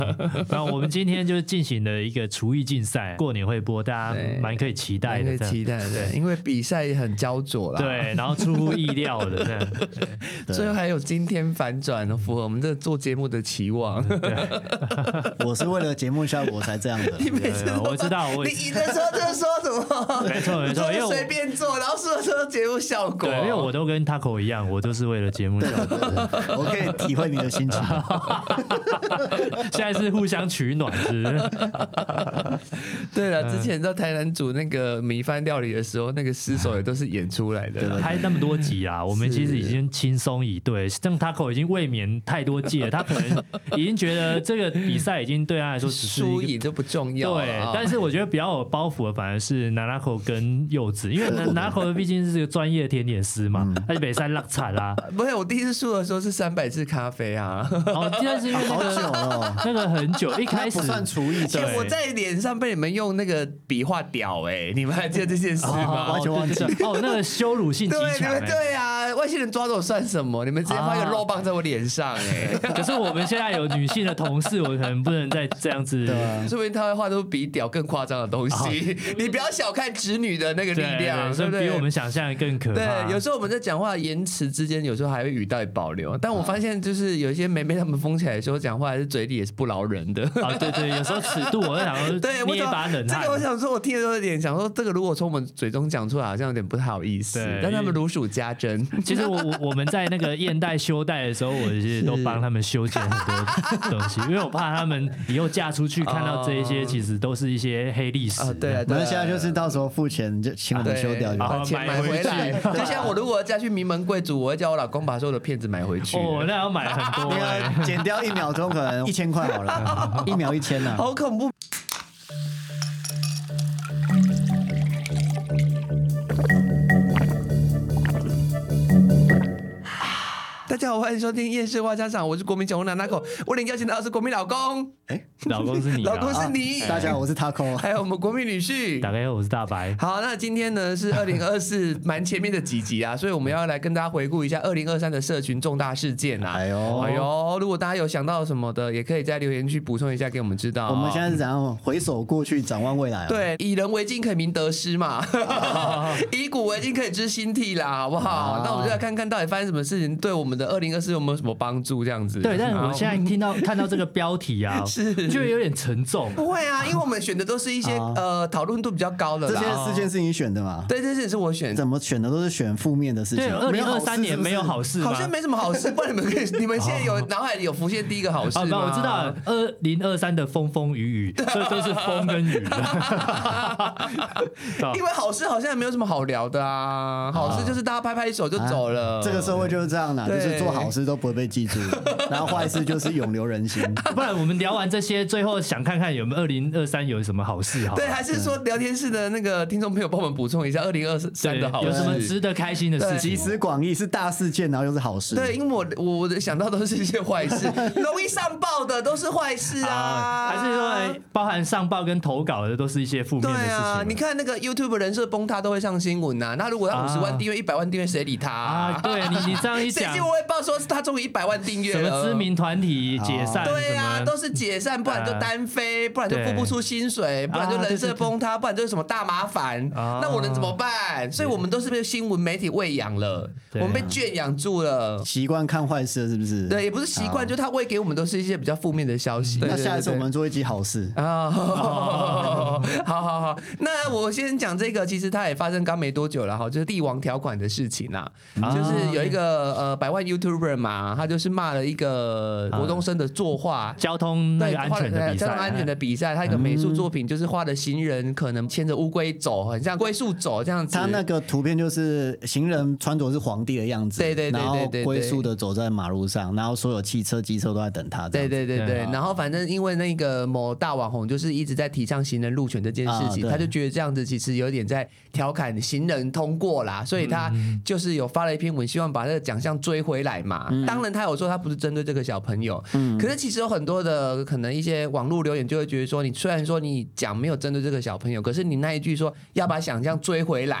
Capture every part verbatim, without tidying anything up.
那我们今天就进行了一个厨艺竞赛，过年会播，大家蛮可以期待的， 蛮可以期待的，因为比赛很焦灼啦。 对，然后出乎意料的这样， 最后还有今天反转，符合我们这做节目的期望。 我是为了节目效果才这样的。 你每次我知道，我你赢的时候就说什么？ 没错没错，因为随便做，然后输的时候节目效果。 对，因为我都跟 Taco 一样，我都是为了节目效果。 我可以体会你的心情。 现在是互相取暖，是不是？ 对了，之前在台南煮那个米饭料理的时候，那个失手也都是演出来的。 拍那么多集啊，我们其实已经轻松以对，像 Taco 已经卫冕太多季了，他可能已经觉得这个比赛已经对他来说只是输赢就不重要。 对，但是我觉得比较有包袱的反而是 Nanako 跟柚子，因为 Nanako 毕竟是个专业甜点师嘛，他就北山拉惨啦。 不是，我第一次输的时候是三百次咖啡啊。 哦，但是因为那个好久了， 那个很久，一开始不算厨艺。 对，我在脸上被你们用那个笔画屌哎、欸，你们还记得这件事吗？ 完全忘记。 哦，那个羞辱性极强、欸。 对，你们对啊，外星人抓走算什么？你们直接画一个肉棒在我脸上哎、欸。 可是我们现在有女性的同事，我可能不能再这样子。 对啊， 说不定他会画出比屌更夸张的东西。哦、你不要小看直女的那个力量，对不对？ 比我们想象的更可怕。 对，有时候我们在讲话言辞之间，有时候还会语带保留。但我发现，就是有一些妹妹她们疯起来的时候，讲话还是嘴里也是不饶人的。 啊，对对，有时候尺度，我在想说， 对， 捏一把冷汗。 这个我想说，我听的时候有点想说，这个如果从我们嘴中讲出来，好像有点不太好意思。但他们如数家珍。 其实我我我们在那个验带修带的时候，我其实都帮他们修剪很多东西，因为我怕他们以后嫁出去看到这一些，其实都是一些黑历史。 哦、对啊， 我们现在就是到时候付钱就请我们修掉， 把钱买回来。就像我如果嫁去名门贵族，我会叫我老公把所有的片子买回去。 哦，那要买很多、欸， 剪掉一秒钟可能一千块好了，一秒一千啊， 好恐怖。大家好，欢迎收听《厌世话家常》，我是国民小红Nanako，我领邀请到的是国民老公， 哎， 老公是你、啊， 老公是你、 啊。大家好，我是 Taco， 还有我们国民女婿， 大家好，我是大白。 好，那今天呢是二零二四蛮前面的几集啊，所以我们要来跟大家回顾一下二零二三的社群重大事件啊。 哎呦， 哎呦，如果大家有想到什么的，也可以在留言区补充一下给我们知道、哦。 我们现在是怎样回首过去，展望未来、哦？ 对，以人为镜可以明得失嘛，以古为镜可以知兴替啦，好不好？啊、那我们就来看看到底发生什么事情，对我们的二零二四有没有什么帮助？这样子。 对，但是我现在听到看到这个标题啊， 是就有点沉重。 不会啊，因为我们选的都是一些、啊、呃讨论度比较高的啦。 这些事件是你选的吗？ 对，这些是我选的。 怎么选的都是选负面的事情。 对，二零二三年没有好事吗？ 好像没什么好事。不然你们可以，你们现在有脑海里有浮现第一个好事吗？ 哦、我知道，二零二三的风风雨雨，所以都是风跟雨的。 因为好事好像也没有什么好聊的啊，好事就是大家拍拍手就走了。 啊、这个社会就是这样的，就是做好事都不会被记住，然后坏事就是永留人心。 不然我们聊完这些，最后想看看有没有二零二三有什么好事好？ 对，还是说聊天室的那个听众朋友帮我们补充一下二零二三的好事， 有什么值得开心的事情？ 集思广益是大事件，然后又是好事。 对，因为我我我想到都是一些坏事，容易上报的都是坏事啊， 啊还是说包含上报跟投稿的都是一些负面的事情？对啊，你看那个 YouTube 人设崩塌都会上新闻呐、啊，那如果他五十万订阅、一百万订阅，谁理他啊？ 啊对你你这样一讲， 谁新闻会报说他终于一百万订阅了？ 什么知名团体解散？ 对啊，都是解散，不然就单飞，不然就付不出薪水，不然就人设崩塌，不然就是什么大麻烦。那我能怎么办？所以我们都是被新闻媒体喂养了，我们被圈养住了， 习惯看坏事是不是？ 对，也不是习惯，就他喂给我们都是一些比较负面的消息。 那下一次我们做一集好事啊，好好好。那我先讲这个，其实它也发生刚没多久了哈，就是帝王条款的事情啦，就是有一个呃百万 YouTuber 嘛，他就是骂了一个国中生的作画交通那个安全的比赛， 交通安全的比赛，他一个美术作品就是画的行人可能牵着乌龟走，很像龟速走这样子。 他那个图片就是行人穿着是皇帝的样子， 对对对对对， 然后龟速的走在马路上，然后所有汽车、机车都在等他。 对对对对，然后反正因为那个某大网红就是一直在提倡行人路权这件事情，他就觉得这样子其实有点在调侃行人通过啦，所以他就是有发了一篇文，希望把这个奖项追回来嘛。嗯、当然他有说他不是针对这个小朋友，嗯、可是其实有很多的可能一些网络留言就会觉得说，你虽然说你讲没有针对这个小朋友，可是你那一句说要把奖项追回来。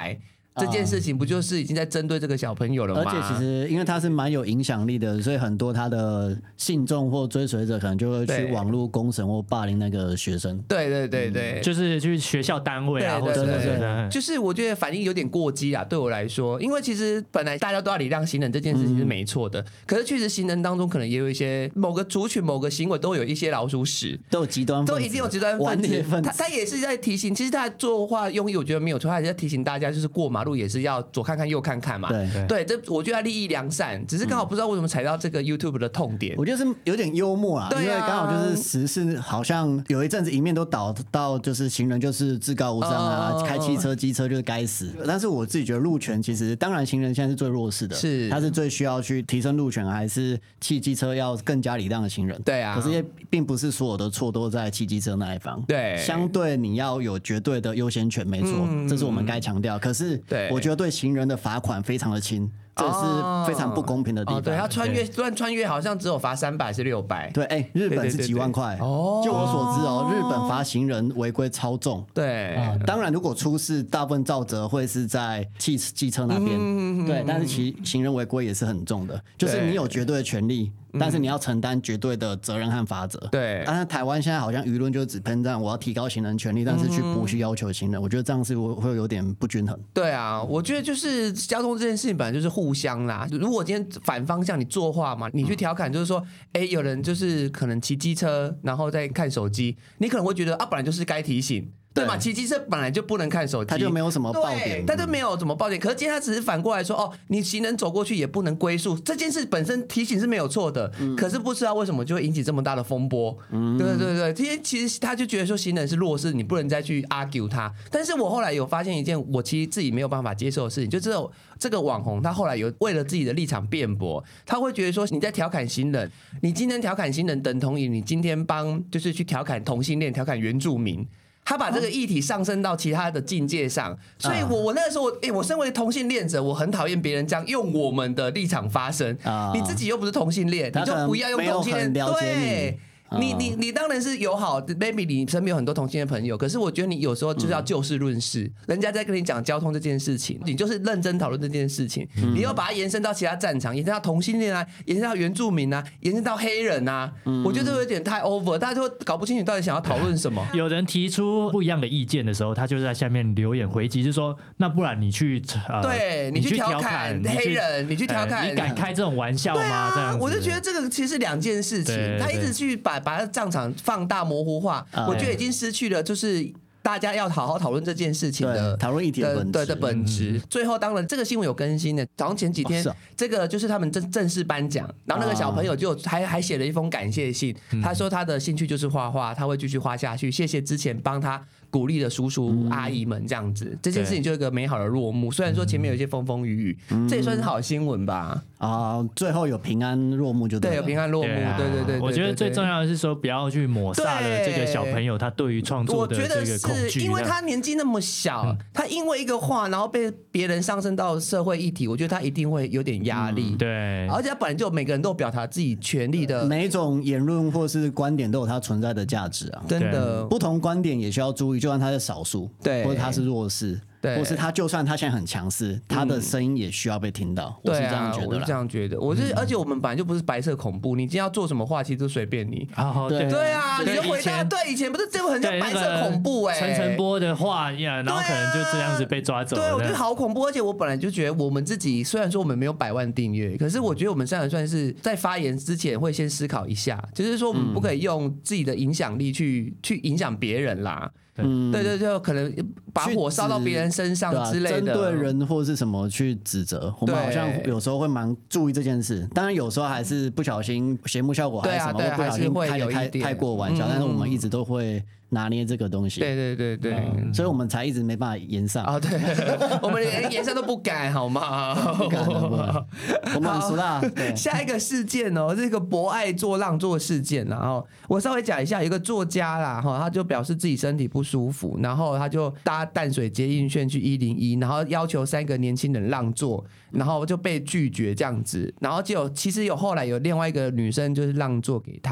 这件事情不就是已经在针对这个小朋友了吗？ 而且其实因为他是蛮有影响力的，所以很多他的信众或追随者可能就会去网络公审或霸凌那个学生。 对对对对， 嗯、就是去学校单位啊，或者对对对， 就是我觉得反应有点过激啊，对我来说，因为其实本来大家都要礼让行人这件事情是没错的，嗯、可是确实行人当中可能也有一些某个族群、某个行为都有一些老鼠屎， 都有极端分子， 都一定有极端分子。 分子他他也是在提醒，其实他作画用意我觉得没有错，他也在提醒大家，就是过马路也是要左看看右看看嘛。 对对，这我觉得他立意良善，只是刚好不知道为什么踩到这个 YouTube 的痛点。 我觉得是有点幽默啊， 对啊， 因为刚好就是时事，好像有一阵子一面都导到就是行人就是至高无上啊，哦、开汽车机车就是该死。但是我自己觉得路权其实，当然行人现在是最弱势的， 是他是最需要去提升路权，还是骑机车要更加礼让的行人？ 对啊， 可是也并不是所有的错都在骑机车那一方。 对， 相对你要有绝对的优先权，没错，嗯、这是我们该强调。可是我觉得对行人的罚款非常的轻。这是非常不公平的地方。哦、 对，他穿越乱穿越好像只有罚三百是六百。 对，哎、欸，日本是几万块。哦，就我所知哦，日本罚行人违规超重。 对、 呃，当然如果出事，大部分肇责会是在汽机车那边。嗯、对，但是其行人违规也是很重的，就是你有绝对的权利。但是你要承担绝对的责任和罚则。 对， 但是台湾现在好像舆论就只喷战，我要提高行人权利，但是去不去要求行人，我觉得这样是会有点不均衡。 对啊，我觉得就是交通这件事情本来就是互相啦。如果今天反方向你作画嘛，你去调侃就是说，哎、欸，有人就是可能骑机车然后在看手机，你可能会觉得啊，本来就是该提醒。对嘛，骑机车本来就不能看手机， 他就没有什么爆点， 他就没有什么爆点。可是今天他只是反过来说，哦，你行人走过去也不能龟速，这件事本身提醒是没有错的，嗯、可是不知道为什么就会引起这么大的风波。嗯、对对对，今天其实他就觉得说行人是弱势，你不能再去 argue 他。但是我后来有发现一件我其实自己没有办法接受的事情，就这种这个网红他后来有为了自己的立场辩驳，他会觉得说你在调侃行人，你今天调侃行人等同于你今天帮就是去调侃同性恋、调侃原住民。他把这个议题上升到其他的境界上，所以我我那个时候，哎、欸，我身为同性恋者，我很讨厌别人这样用我们的立场发声。你自己又不是同性恋，你就不要用同性恋。对。你你你当然是友好 ，maybe 你身边有很多同性恋朋友，可是我觉得你有时候就是要就事论事，嗯、人家在跟你讲交通这件事情，你就是认真讨论这件事情，嗯、你要把它延伸到其他战场，延伸到同性恋啊，延伸到原住民啊，延伸到黑人啊，嗯、我觉得这有点太 over， 大家就搞不清楚到底想要讨论什么。 有人提出不一样的意见的时候，他就是在下面留言回击，就是说，那不然你去呃， 对你去调侃黑人，你去调侃、呃， 你敢开这种玩笑吗？ 啊、 这样子， 我就觉得这个其实是两件事情，他一直去把把战场放大模糊化，我觉得已经失去了就是大家要好好讨论这件事情的讨论议题的本质。 对的本质。嗯、最后当然这个新闻有更新的，早上前几天、哦啊、这个就是他们正正式颁奖，然后那个小朋友就还还写了一封感谢信，嗯、他说他的兴趣就是画画，他会继续画下去，谢谢之前帮他鼓励的叔叔阿姨们这样子，嗯、这件事情就有一个美好的落幕。虽然说前面有一些风风雨雨，嗯、这也算是好新闻吧。 啊、呃，最后有平安落幕就对了， 对，有平安落幕，对、啊、对, 对对对。 我觉得最重要的是说，不要去抹杀了这个小朋友他对于创作的这个恐惧。 我觉得是因为他年纪那么小，嗯、他因为一个话，然后被别人上升到社会议题，我觉得他一定会有点压力。 嗯、对， 而且他本来就每个人都有表达自己权利的， 每一种言论或是观点都有它存在的价值啊。 真的， 不同观点也需要注意，就算他是少数， 对， 或者他是弱势。对，或是他就算他现在很强势，他的声音也需要被听到。我是这样觉得啦。 我是这样觉得。我是，而且我们本来就不是白色恐怖，你今天要做什么话，其实都随便你。 哦，对对啊，你就回答。对，以前不是这个很像白色恐怖哎， 陈晨波的话呀，然后可能就这样子被抓走了。 对，我觉得好恐怖。而且我本来就觉得我们自己虽然说我们没有百万订阅，可是我觉得我们算算是在发言之前会先思考一下，就是说我们不可以用自己的影响力去去影响别人啦。嗯，对对对，可能把火烧到别人身上之类的， 针对人或是什么去指责，我们好像有时候会蛮注意这件事。当然有时候还是不小心节目效果还是什么，不小心开的太太过玩笑，但是我们一直都会拿捏这个东西。 对对对对， 嗯、所以我们才一直没办法延上啊、哦。对，我们连延上都不敢，好吗？ 不敢了，不敢。我们很熟啦。 下一个事件哦，这个博爱做让座事件，然后我稍微讲一下，有一个作家啦，哈，他就表示自己身体不舒服，然后他就搭淡水捷运线去一零一，然后要求三个年轻人让座，然后就被拒绝这样子，然后就有其实有后来有另外一个女生就是让座给他。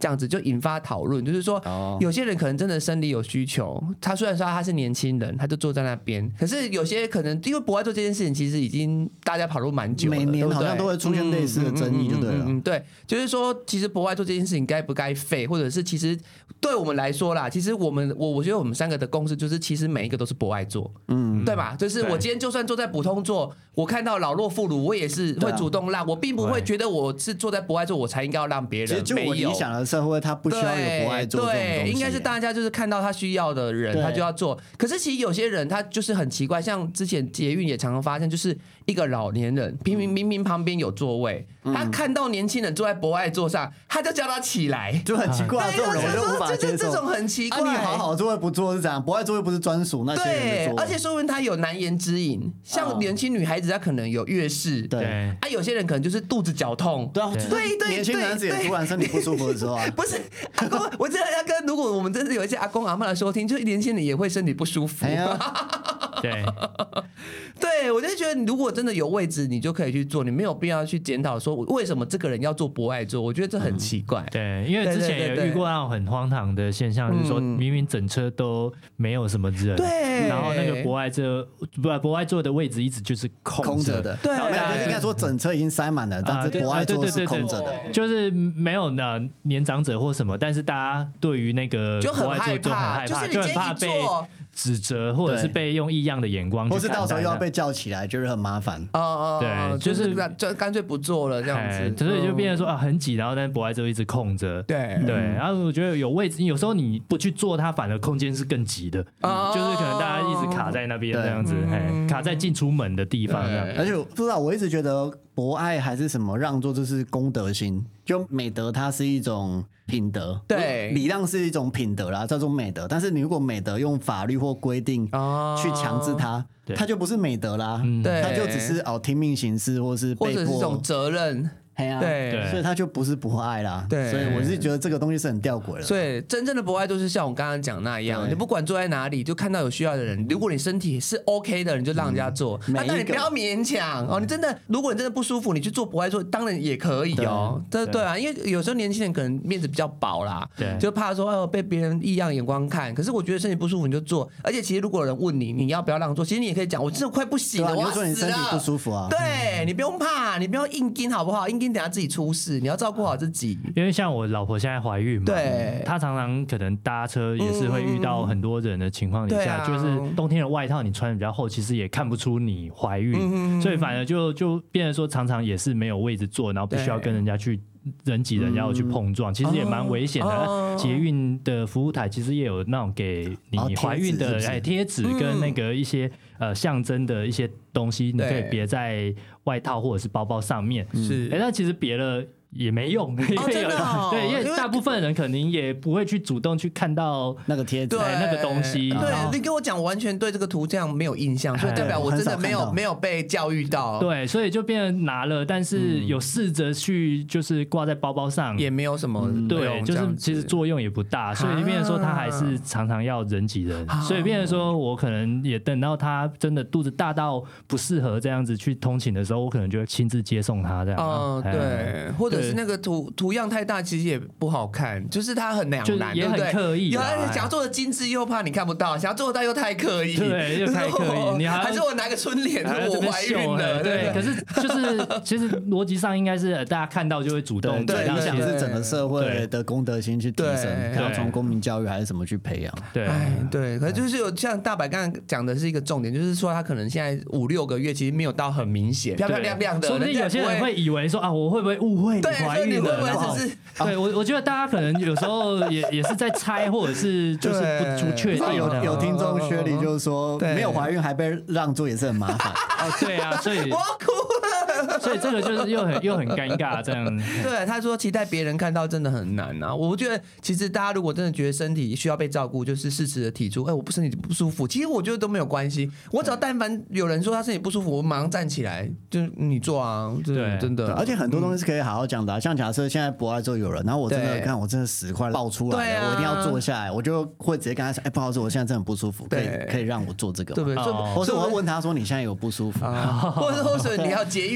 这样子就引发讨论，就是说、哦、有些人可能真的生理有需求，他虽然说他是年轻人，他就坐在那边，可是有些可能因为博爱座这件事情，其实已经大家讨论蛮久了， 每年好像都会出现类似的争议，就对了。嗯嗯嗯嗯、 对，就是说，其实博爱座这件事情该不该废，或者是其实对我们来说啦，其实我们我我觉得我们三个的共识就是，其实每一个都是博爱座，嗯，对吧？就是我今天就算坐在普通座，我看到老弱妇孺，我也是会主动让，我并不会觉得我是坐在博爱座，我才应该要让别人。 其实就我理想的社会，他不需要有博爱座这种东西。 对，应该是大家就是看到他需要的人，他就要做。可是其实有些人他就是很奇怪，像之前捷运也常常发现，就是一个老年人明明明明旁边有座位，嗯、他看到年轻人坐在博爱座上，他就叫他起来， 就很奇怪。这种人就无法接受。 这种很奇怪。 啊、你好好座位不坐是这样，博爱座位不是专属那些人的座位。 对，而且说明他有难言之隐，像年轻女孩子，她可能有月事， 对， 啊，有些人可能就是肚子绞痛， 对啊，对对，年轻男子也突然身体不舒服的时候啊， 不是阿公，我真的要跟，如果我们真的有一些阿公阿嬷的收听，就是年轻人也会身体不舒服， 哎、对， 对，我就觉得如果真的有位置，你就可以去做，你没有必要去检讨说为什么这个人要做博爱座，我觉得这很奇怪。 嗯、对，因为之前也遇过那种很荒唐的现象，就是说明明整车都没有什么人， 对， 然后那个博爱座不博爱座的位置一直就是空着的， 对， 应该说整车已经塞满了，但是博爱座是空着的， 就是没有呢年长者或什么，但是大家对于那个博爱座就很害怕，就很怕被指责，或者是被用异样的眼光去看待， 或是到时候又要被叫起来，就是很麻烦。 哦哦， 对， 就是就干脆不做了这样子， 所以就变成说啊很挤，然后但是博爱座一直空着。 对对，然后我觉得有位置，有时候你不去做它，反而空间是更挤的，就是可能大家一直卡在那边这样子，卡在进出门的地方这样。 而且不知道，我一直觉得博爱还是什么让座，就是公德心，就美德它是一种品德， 对， 礼让是一种品德啦，叫做美德。但是你如果美德用法律或规定去强制它，哦、它就不是美德啦，对，它就只是哦听命行事，或是被迫， 或者是一种责任。 对，所以他就不是博爱啦。对，所以我是觉得这个东西是很吊诡的。 所以真正的博爱都是像我刚刚讲那样，你不管坐在哪里，就看到有需要的人，如果你身体是 OK 的，你就让人家做。嗯、啊，但你不要勉强哦。你真的，如果你真的不舒服，你去做博爱做，当然也可以哦。对对啊，因为有时候年轻人可能面子比较薄啦，就怕说哦被别人异样眼光看。可是我觉得身体不舒服你就做，而且其实如果有人问你你要不要让座，其实你也可以讲，我真的快不行了，我要死了。 你说你身体不舒服啊？ 对，你不用怕，你不要硬盯好不好？硬盯等下自己出事。你要照顾好自己， 因为像我老婆现在怀孕嘛， 对， 她常常可能搭车也是会遇到很多人的情况底下，嗯啊、就是冬天的外套你穿的比较厚，其实也看不出你怀孕，嗯、所以反而就就变成说常常也是没有位置坐，然后必须要跟人家去人挤人，要去碰撞，其实也蛮危险的。哦、捷运的服务台其实也有那种给你怀孕的哎贴纸跟那个一些、嗯、呃象征的一些东西，你可以别在外套或者是包包上面。 是， 哎，那其实别了。也没用， 哦、真的哦、 对，因为大部分人可能也不会去主动去看到那个贴纸， 那个东西。 对，你跟我讲，我完全对这个图像没有印象，所以代表我真的没有没有被教育到。 对，所以就变成拿了，但是有试着去就是挂在包包上， 也没有什么、嗯、 对，就是其实作用也不大，所以变成说他还是常常要人挤人，啊、所以变成说我可能也等到他真的肚子大到不适合这样子去通勤的时候，我可能就会亲自接送他这样。 哦、嗯，对，或者是那个图。图样太大，其实也不好看，就是它很两难， 也很刻意。 有想要做的精致，又怕你看不到；想要做的大又太刻意， 对，又太刻意。你还还是我拿个春联，我怀孕了， 对。可是就是其实逻辑上应该是大家看到就会主动， 对，影响是整个社会的公德心去提升，然后从公民教育还是什么去培养。 对， 对。可是就是有像大白刚刚讲的是一个重点，就是说他可能现在五六个月，其实没有到很明显，漂漂亮亮的。 说不定有些人会以为说啊，我会不会误会你怀孕了？ 是对我，我觉得大家可能有时候也也是在猜，或者是就是不不确定。 有有听众薛礼就是说，没有怀孕还被让座也是很麻烦。 哦，对啊，所以我要哭了。 所以这个就是又很又很尴尬这样。 对，他说期待别人看到真的很难啊。我觉得其实大家如果真的觉得身体需要被照顾，就是适时的提出，哎，我不身体不舒服，其实我觉得都没有关系。我只要但凡有人说他身体不舒服，我马上站起来，就是你做啊，对，真的。 而且很多东西是可以好好讲的、啊，像假设现在博爱座有人，然后我真的看我真的屎快爆出来了，啊、我一定要坐下来，我就会直接跟他说，哎，不好意思，我现在真的很不舒服，可以可以让我做这个吗？ 对不对？ 或是我会问他说，你现在有不舒服？ 或者或者你要捷运期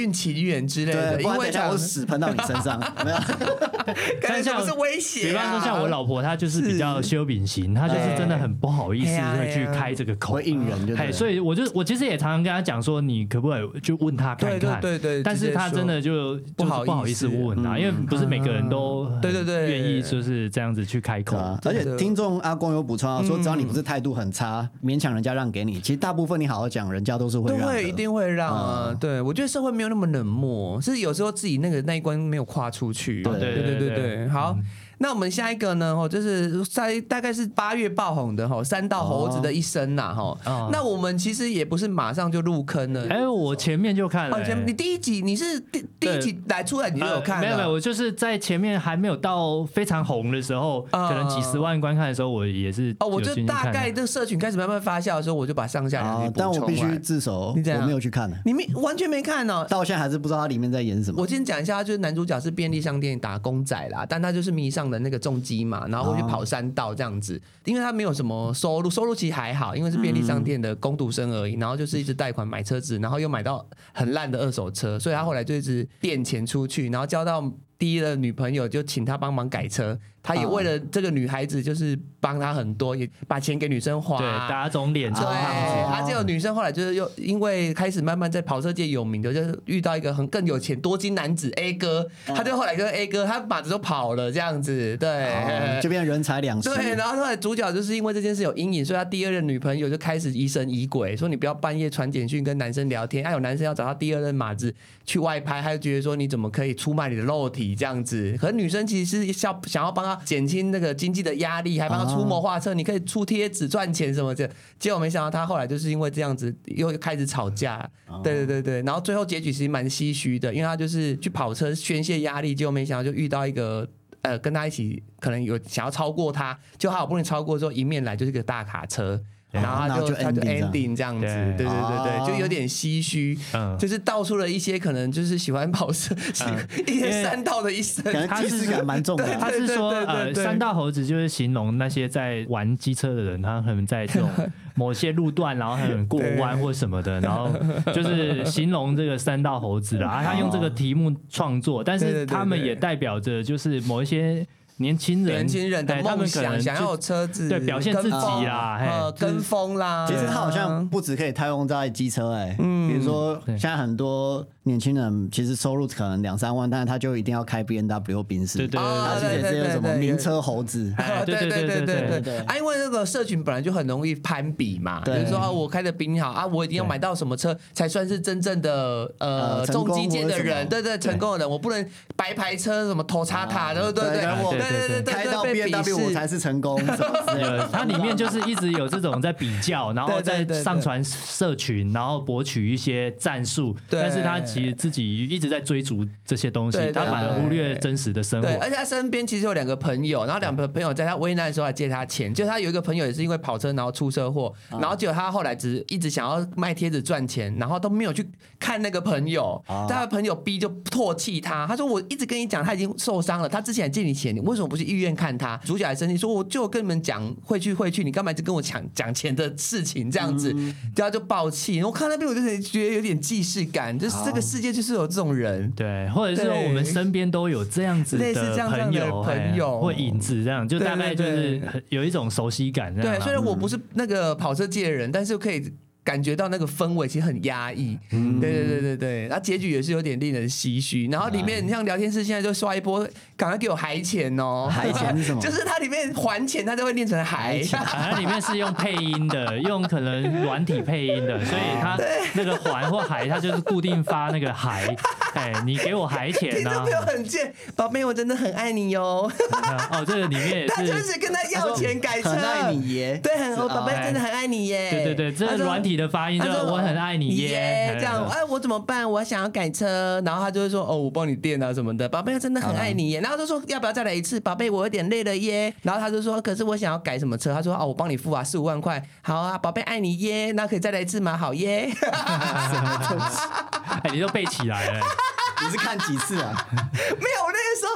元之类的，因为我屎喷到你身上，没有， 感觉不是威胁、啊。 比方说像我老婆，她就是比较羞饼型，她就是真的很不好意思会去开这个口， 会应人就对。 所以我就我其实也常常跟她讲说，你可不可以就问她看看？ 对对对。 但是她真的就不好不好意思问啊，因为不是每个人都对对对愿意就是这样子去开口。 而且听众阿公有补充说，只要你不是态度很差，勉强人家让给你，其实大部分你好好讲，人家都是会让的， 都会一定会让啊。对，我觉得社会没有那么冷漠，是有时候自己那个那一关没有跨出去。 对对对对对， 好。那我们下一个呢？哦，就是在大概是八月爆红的哈，三道猴子的一生呐哈。哦、那我们其实也不是马上就入坑了。 哎、欸，我前面就看了、欸。 哦，你第一集你是第第一集来出来你就有看了、呃？ 没有没有，我就是在前面还没有到非常红的时候，呃、可能几十万观看的时候，我也是哦，我就大概这个社群开始慢慢发酵的时候，我就把上下两集补充完。 但我必须自首，我没有去看呢。 你没完全没看哦， 到现在还是不知道它里面在演什么。 我先讲一下，就是男主角是便利商店打工仔啦，但他就是迷上了那个重机。然后会去跑山道这样子，因为他没有什么收入，收入其实还好，因为是便利商店的工读生而已。然后就是一直贷款买车子，然后又买到很烂的二手车，所以他后来就一直垫钱出去，然后交到第一的女朋友就请他帮忙改车。他也为了这个女孩子，就是帮他很多，也把钱给女生花， 对，打肿脸充胖子。 他这个女生后来就是又因为开始慢慢在跑车界有名的，就是遇到一个很更有钱多金男子 A 哥，他就后来跟 A 哥，他马子都跑了这样子，对， 哦、就变人财两失。 对，然后后来主角就是因为这件事有阴影，所以他第二任女朋友就开始疑神疑鬼，说你不要半夜传简讯跟男生聊天，还、啊、有男生要找他第二任马子去外拍，他就觉得说你怎么可以出卖你的肉体这样子？可是女生其实是想想要帮他减轻那个经济的压力，还帮他出谋划策，你可以出贴纸赚钱什么的。结果没想到他后来就是因为这样子又开始吵架，对对对对，然后最后结局其实蛮唏嘘的，因为他就是去跑车宣泄压力，结果没想到就遇到一个呃跟他一起可能有想要超过他，就他好不容易超过之后迎面来就是个大卡车。然后他就他就 ending 这样子，对对对对，就有点唏嘘，就是道出了一些可能就是喜欢跑车一些山道的一生， 他是感蛮重的。 他是说呃，山道猴子就是形容那些在玩机车的人，他可能在这种某些路段，然后很过弯或什么的，然后就是形容这个山道猴子啦。他用这个题目创作，但是他们也代表着就是某一些。年轻人， 年轻人的梦想，想要有车子， 对，表现自己啦， 呃，跟风啦。 其实他好像不只可以套用在机车，哎，嗯，比如说现在很多年轻人其实收入可能两三万，但是他就一定要开 B M W 宾士， 对对， 他其实也是有什么名车猴子， 对对对对对对。 啊，因为那个社群本来就很容易攀比嘛，比如说啊，我开的比你好啊，我一定要买到什么车才算是真正的呃重基界的人，对对，成功的人，我不能白牌车什么头插塔，对不对？我。 对对对，开到 B M W 我才是成功。 它里面就是一直有这种在比较，然后在上传社群，然后博取一些战术。但是他其实自己一直在追逐这些东西，他反而忽略真实的生活。 对，而且他身边其实有两个朋友，然后两个朋友在他危难的时候还借他钱。就他有一个朋友也是因为跑车然后出车祸，然后结果他后来只一直想要卖贴纸赚钱，然后都没有去看那个朋友。但他的朋友 B 就唾弃他，他说我一直跟你讲他已经受伤了，他之前借你钱，你为什么不去医院看他？主角还生气说：“我就跟你们讲会去会去，你干嘛一直跟我讲讲钱的事情这样子？”然后就爆气。我看那边我就觉得有点既视感，就是这个世界就是有这种人， 对，或者是说我们身边都有这样子的朋友、 朋友或影子，这样就大概就是有一种熟悉感。 对，虽然我不是那个跑车界的人，但是可以。感觉到那个氛围其实很压抑，嗯、对对对对对，然后结局也是有点令人唏嘘。然后里面你像聊天室现在就刷一波，赶快给我海钱哦！ 海钱是什么？ 就是它里面还钱，它就会念成海。 它里面是用配音的，用可能软体配音的，所以它那个还或海，它就是固定发那个海。哎，你给我海钱呐、啊！ 听众朋友很贱，宝贝，我真的很爱你哟。 哦，这个里面也是， 他就是跟他要钱改车， 很爱你耶。 对，很宝贝真的很爱你耶。 对对对，这个软体的发音就是我很爱你耶， 这样哎，我怎么办？我想要改车，然后他就会说哦，我帮你垫啊什么的。宝贝真的很爱你耶，然后就说要不要再来一次？宝贝，我有点累了耶。然后他就说，可是我想要改什么车？他说哦，我帮你付啊，四五万块。好啊，宝贝爱你耶，那可以再来一次吗？好耶。 什么东西？哎，你都背起来了。 你是看几次啊？ 没有，我那个时候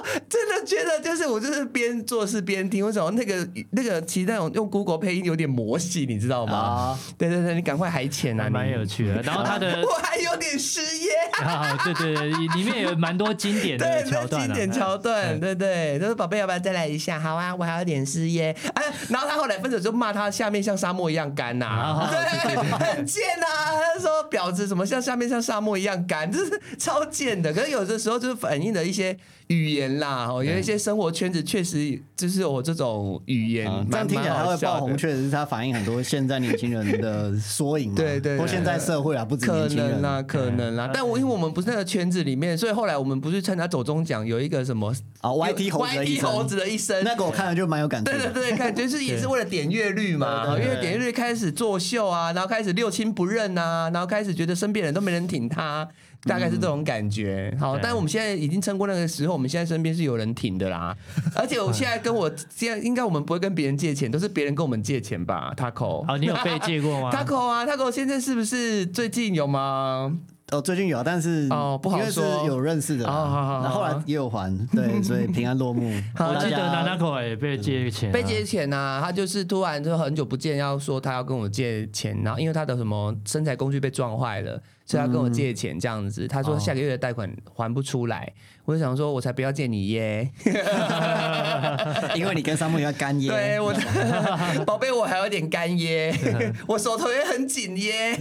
真的觉得就是我就是边做事边听，为什么那个那个其实那种用 Google 配音有点魔系，你知道吗？啊、对对对，你赶快海潜啊， 蛮有趣的。然后他的我还有点失业啊，对对对，里面有蛮多经典的桥段、啊， 经典桥段，对对，就是宝贝要不要再来一下？好啊，我还有点失业。哎，然后他后来分手就骂他下面像沙漠一样干呐、啊，对，很贱呐、啊。他说婊子什么像下面像沙漠一样干，就是超贱的。可是有的时候就是反映的一些语言啦，哦，有一些生活圈子确实就是有这种语言， 嗯、这样听起来他会爆红，确实是他反映很多现在年轻人的缩影， 对对， 或现在社会啊，不止年轻人可能啦，可能啦。但我因为我们不是那个圈子里面，所以后来我们不是参加走中奖有一个什么啊 Y T 猴子的一生， 那个我看了就蛮有感觉。 对对对，看就是也是为了点阅率嘛，因为点阅率开始作秀啊，然后开始六亲不认啊，然后开始觉得身边人都没人挺他。大概是这种感觉，好，但是我们现在已经撑过那个时候，我们现在身边是有人挺的啦。而且我现在跟我现在应该我们不会跟别人借钱，都是别人跟我们借钱吧 ？Taco， 好，你有被借过吗 ？Taco 啊 ，Taco 现在是不是最近有吗？ 哦，最近有，但是哦不好说， 因为是有认识的，哦， 好好， 然后后来也有还，对，所以平安落幕。 我记得 Nanako 也被借钱， 被借钱呐，他就是突然就很久不见，要说他要跟我借钱，然后因为他的什么生财工具被撞坏了。所以他跟我借钱这样子，他说下个月的贷款还不出来，我就想说，我才不要借你耶， 因为你跟山木要干耶， 对我宝贝，我还有点干耶，我手头也很紧耶。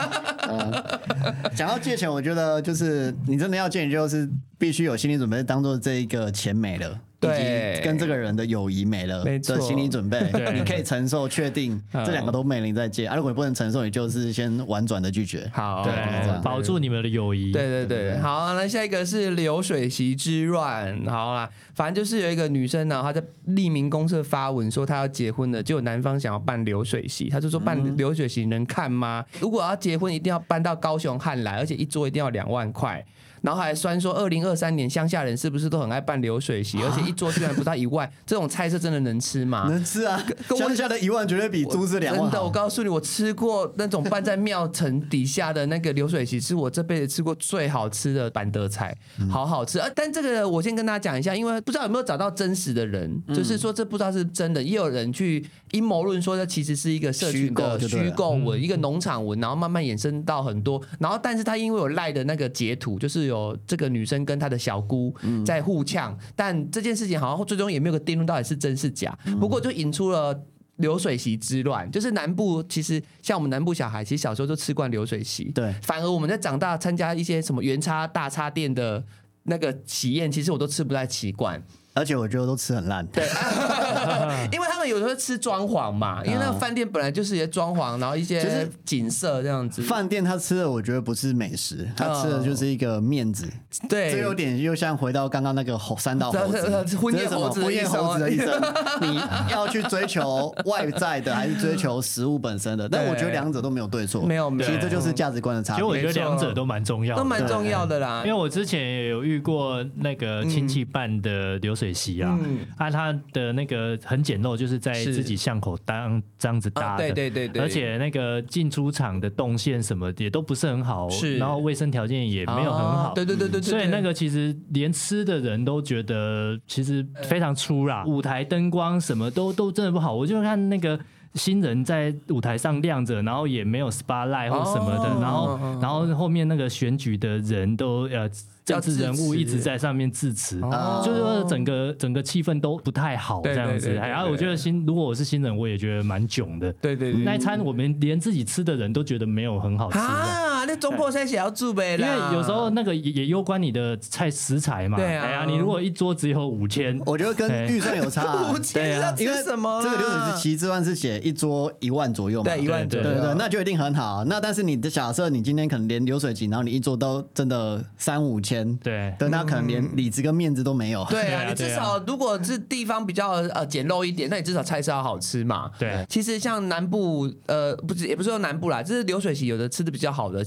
讲到借钱，我觉得就是你真的要借，你就是必须有心理准备，当做这一个钱没了。 对， 跟这个人的友谊没了的心理准备，你可以承受，确定这两个都没了，你再借啊。如果你不能承受，你就是先婉转的拒绝。 好， 对，保住你们的友谊。 对对对，好，那下一个是流水席之乱。好啦，反正就是有一个女生呢，她在匿名公社发文说她要结婚了，结果男方想要办流水席，她就说办流水席能看吗？如果要结婚，一定要搬到高雄汉来，而且一桌一定要两万块。然后还酸说，二零二三年乡下人是不是都很爱办流水席，而且一桌居然不到一万，这种菜色真的能吃吗？ 能吃啊，乡下的一万绝对比猪是两万。 真的，我告诉你，我吃过那种办在庙城底下的那个流水席，是我这辈子吃过最好吃的板德菜，好好吃。嗯、但这个我先跟大家讲一下，因为不知道有没有找到真实的人，嗯、就是说这不知道是真的，也有人去阴谋论说这其实是一个社群的虚构文，一个农场文，然后慢慢衍生到很多，然后但是他因为有赖的那个截图，就是有这个女生跟她的小姑在互呛，嗯、但这件事情好像最终也没有个定论到底是真是假，嗯、不过就引出了流水席之乱，就是南部其实像我们南部小孩，其实小时候就吃惯流水席， 对， 反而我们在长大参加一些什么原叉大叉店的那个喜宴，其实我都吃不太习惯。 而且我觉得都吃很烂， 对，因为他们有时候吃装潢嘛，因为那个饭店本来就是一些装潢，然后一些景色这样子。 饭店他吃的我觉得不是美食，他吃的就是一个面子， 对， 这有点又像回到刚刚那个猴三道猴子， 婚宴猴子， 婚宴猴子的一生，你要去追求外在的，还是追求食物本身的？但我觉得两者都没有对错， 没有， 其实这就是价值观的差别。 其实我觉得两者都蛮重要的， 都蛮重要的啦。 因为我之前也有遇过那个亲戚办的流水席啊，嗯、啊，他的那个很简陋，就是在自己巷口当这样子搭的， 对对对对， 而且那个进出场的动线什么也都不是很好， 是， 然后卫生条件也没有很好， 对对对对， 所以那个其实连吃的人都觉得其实非常粗啦，舞台灯光什么都都真的不好，我就看那个。新人在舞台上亮着，然后也没有 spotlight 或什么的，哦、然后然后后面那个选举的人都呃政治人物一直在上面致辞，哦、就是说整个整个气氛都不太好这样子。然后我觉得新如果我是新人，我也觉得蛮囧的。 对对对， 那一餐我们连自己吃的人都觉得没有很好吃啊，那中破菜也要煮呗， 因为有时候那个也攸关你的菜食材嘛。 对啊， 哎呀，你如果一桌只有五千， 我觉得跟预算有差、啊。 五千要吃什么？ 这个流水席之外是写一桌一万左右嘛， 对，一万左右， 对对对，那就一定很好。那但是你的假设，你今天可能连流水席，然后你一桌都真的三五千， 对， 对，那可能连里子跟面子都没有。 对啊，你至少如果是地方比较呃简陋一点，那你至少菜色要好吃嘛。 对， 其实像南部呃不是也不是说南部啦，就是流水席有的吃的比较好的，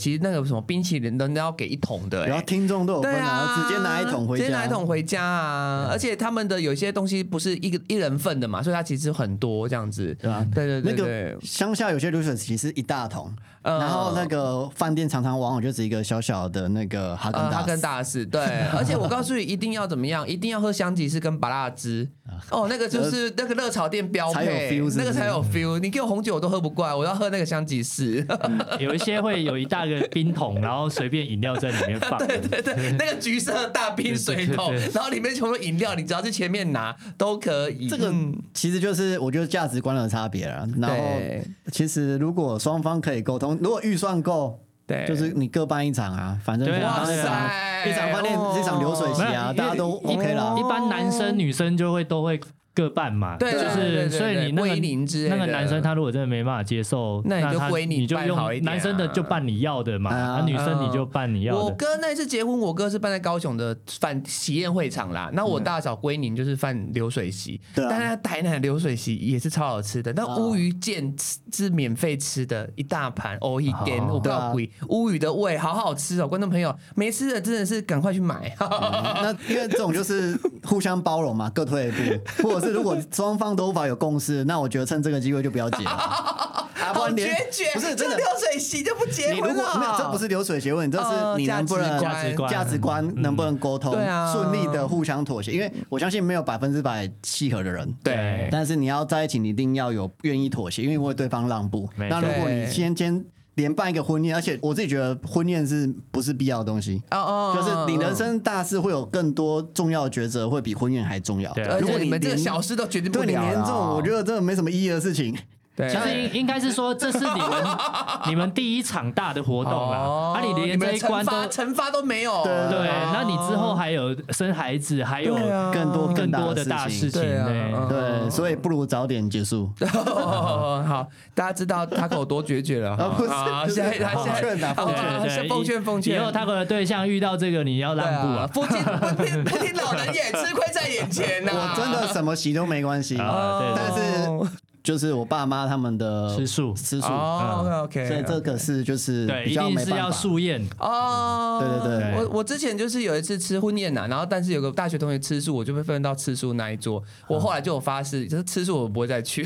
其实那个什么冰淇淋都要给一桶的、欸， 然后听众都有分啊，直接拿一桶回家， 直接拿一桶回家啊！而且他们的有些东西不是一个一人份的嘛，所以它其实很多这样子， 对啊， 对对对对。 那个乡下有些流水席是一大桶。然后那个饭店常常往往就是一个小小的那个哈根达斯， 呃、哈根达斯对，而且我告诉你，一定要怎么样，一定要喝香吉士跟芭乐汁哦，那个就是那个热炒店标配， 才有 feel 是不是， 那个才有 feel。你给我红酒我都喝不惯，我要喝那个香吉士。 嗯、有一些会有一大个冰桶，然后随便饮料在里面放。 对对对，那个橘色的大冰水桶，对对对对，然后里面全部饮料，你只要去前面拿都可以。 这个其实就是我觉得价值观的差别了。然后其实如果双方可以沟通，如果预算够。对，就是你各办一场啊，反正哇塞， 一场饭店一场流水席啊，大家都 OK 啦。 一般男生女生就会都会各半嘛， 对， 就是所以你那个那个男生他如果真的没办法接受， 那你就归你， 你就用男生的就办你要的嘛，啊，女生你就办你要的。 我哥那次结婚，我哥是办在高雄的饭喜宴会场啦，那我大嫂归宁就是办流水席，但是台南的流水席也是超好吃的，那乌鱼腱是免费吃的，一大盘哦一根，我告诉你，乌鱼的胃好好吃哦，观众朋友没吃的真的是赶快去买。 那因为这种就是互相包容嘛，各退一步，或者是如果双方都无法有共识，那我觉得趁这个机会就不要结了。 啊、好决绝， 不是真的流水席就不结婚了。 没有，这不是流水席问题，这是你能不能价值观、 价值观能不能沟通，顺、嗯、利的互相妥协。因为我相信没有百分之百契合的人， 对。 但是你要在一起，你一定要有愿意妥协，因为为对方让步。那如果你先先。连办一个婚宴，而且我自己觉得婚宴是不是必要的东西？哦哦，就是你人生大事会有更多重要的抉择，会比婚宴还重要。 如果你们这个小事都决定不了， 对你连这种我觉得真的没什么意义的事情。 其实应应该是说，这是你们你们第一场大的活动啦，哦、啊，你连这一关都惩罚都没有， 对对，那、哦、你之后还有生孩子，还有更多更多的大事情，对、 啊、对，所以不如早点结束。 哦、好，大家知道Taco有多决绝了，啊、不是，现在他现在奉劝奉劝奉劝， 以后Taco的对象遇到这个你要让步啊， 不听不听不听老人言，吃亏在眼前呐。 我真的什么席都没关系，但是。就是我爸妈他们的吃素， 吃素哦、嗯、，OK， 所以这个是就是比较没办法，一定是要素宴哦。 对对对， 我我之前就是有一次吃婚宴呐，然后但是有个大学同学吃素，我就被分到吃素那一桌。我后来就有发誓，就是吃素我不会再去。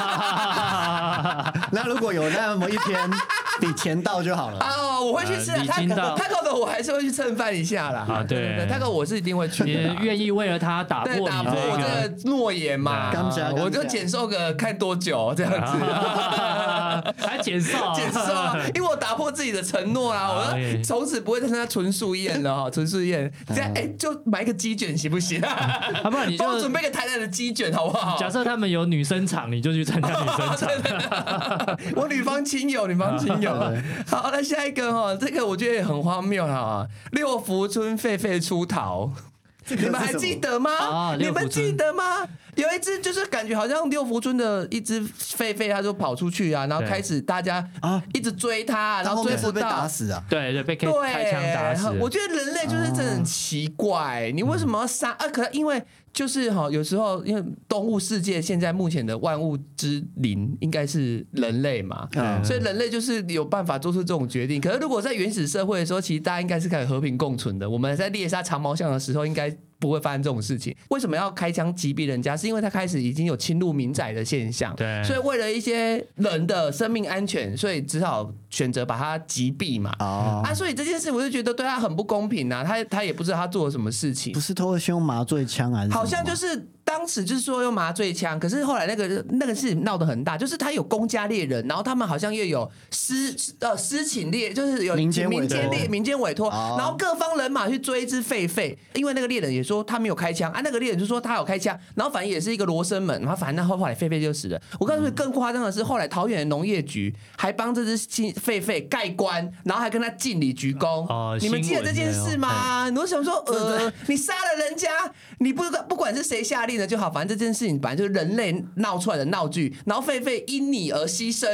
那如果有那么一天，你钱到就好了。 哦，我会去吃。他他告的我还是会去蹭饭一下啦。 啊，对对， 他告我是一定会去。 你愿意为了他打破打破我这个诺言嘛？我就减瘦个看。多久这样子？ 还减瘦？ 减瘦啊！因为我打破自己的承诺啦，我说从此不会再参加纯素宴了哈，纯素宴，这样哎，就买个鸡卷行不行？ 要不然你就准备个台南的鸡卷好不好？ 假设他们有女生场，你就去参加女生场。 我女方亲友，女方亲友。好，那下一个哈，这个我觉得也很荒谬哈，六福村狒狒出逃。你们还记得吗？啊、你们记得吗？有一只就是感觉好像六福村的一只狒狒，它就跑出去啊，然后开始大家啊一直追它，然后追不到， 被打死啊！ 对对，被开枪打死。 我觉得人类就是真的很奇怪，你为什么要杀啊？可能因为就是哈，有时候因为动物世界现在目前的万物之灵应该是人类嘛，嗯、所以人类就是有办法做出这种决定。可是如果在原始社会的时候，其实大家应该是可以和平共存的。我们在猎杀长毛象的时候，应该不会发生这种事情。为什么要开枪击毙人家？是因为他开始已经有侵入民宅的现象， 对， 所以为了一些人的生命安全，所以只好选择把他击毙嘛。哦，啊，所以这件事我就觉得对他很不公平啊！他他也不知道他做了什么事情， 不是都会先用麻醉枪还是？ 好像就是当时就是说用麻醉枪，可是后来那个那个事闹得很大，就是他有公家猎人，然后他们好像又有私呃私请猎，就是有民间民间猎民间委托，然后各方人马去追一只狒狒，因为那个猎人也说他没有开枪啊，那个猎人就说他有开枪，然后反正也是一个罗生门，然后反正后来狒狒就死了。我告诉你，更夸张的是，后来桃园的农业局还帮这只狒狒盖棺，然后还跟他敬礼鞠躬。哦，你们记得这件事吗？我想说，呃，你杀了人家，你不不管是谁下令的就好，反正这件事情本来就是人类闹出来的闹剧，然后狒狒因你而牺牲。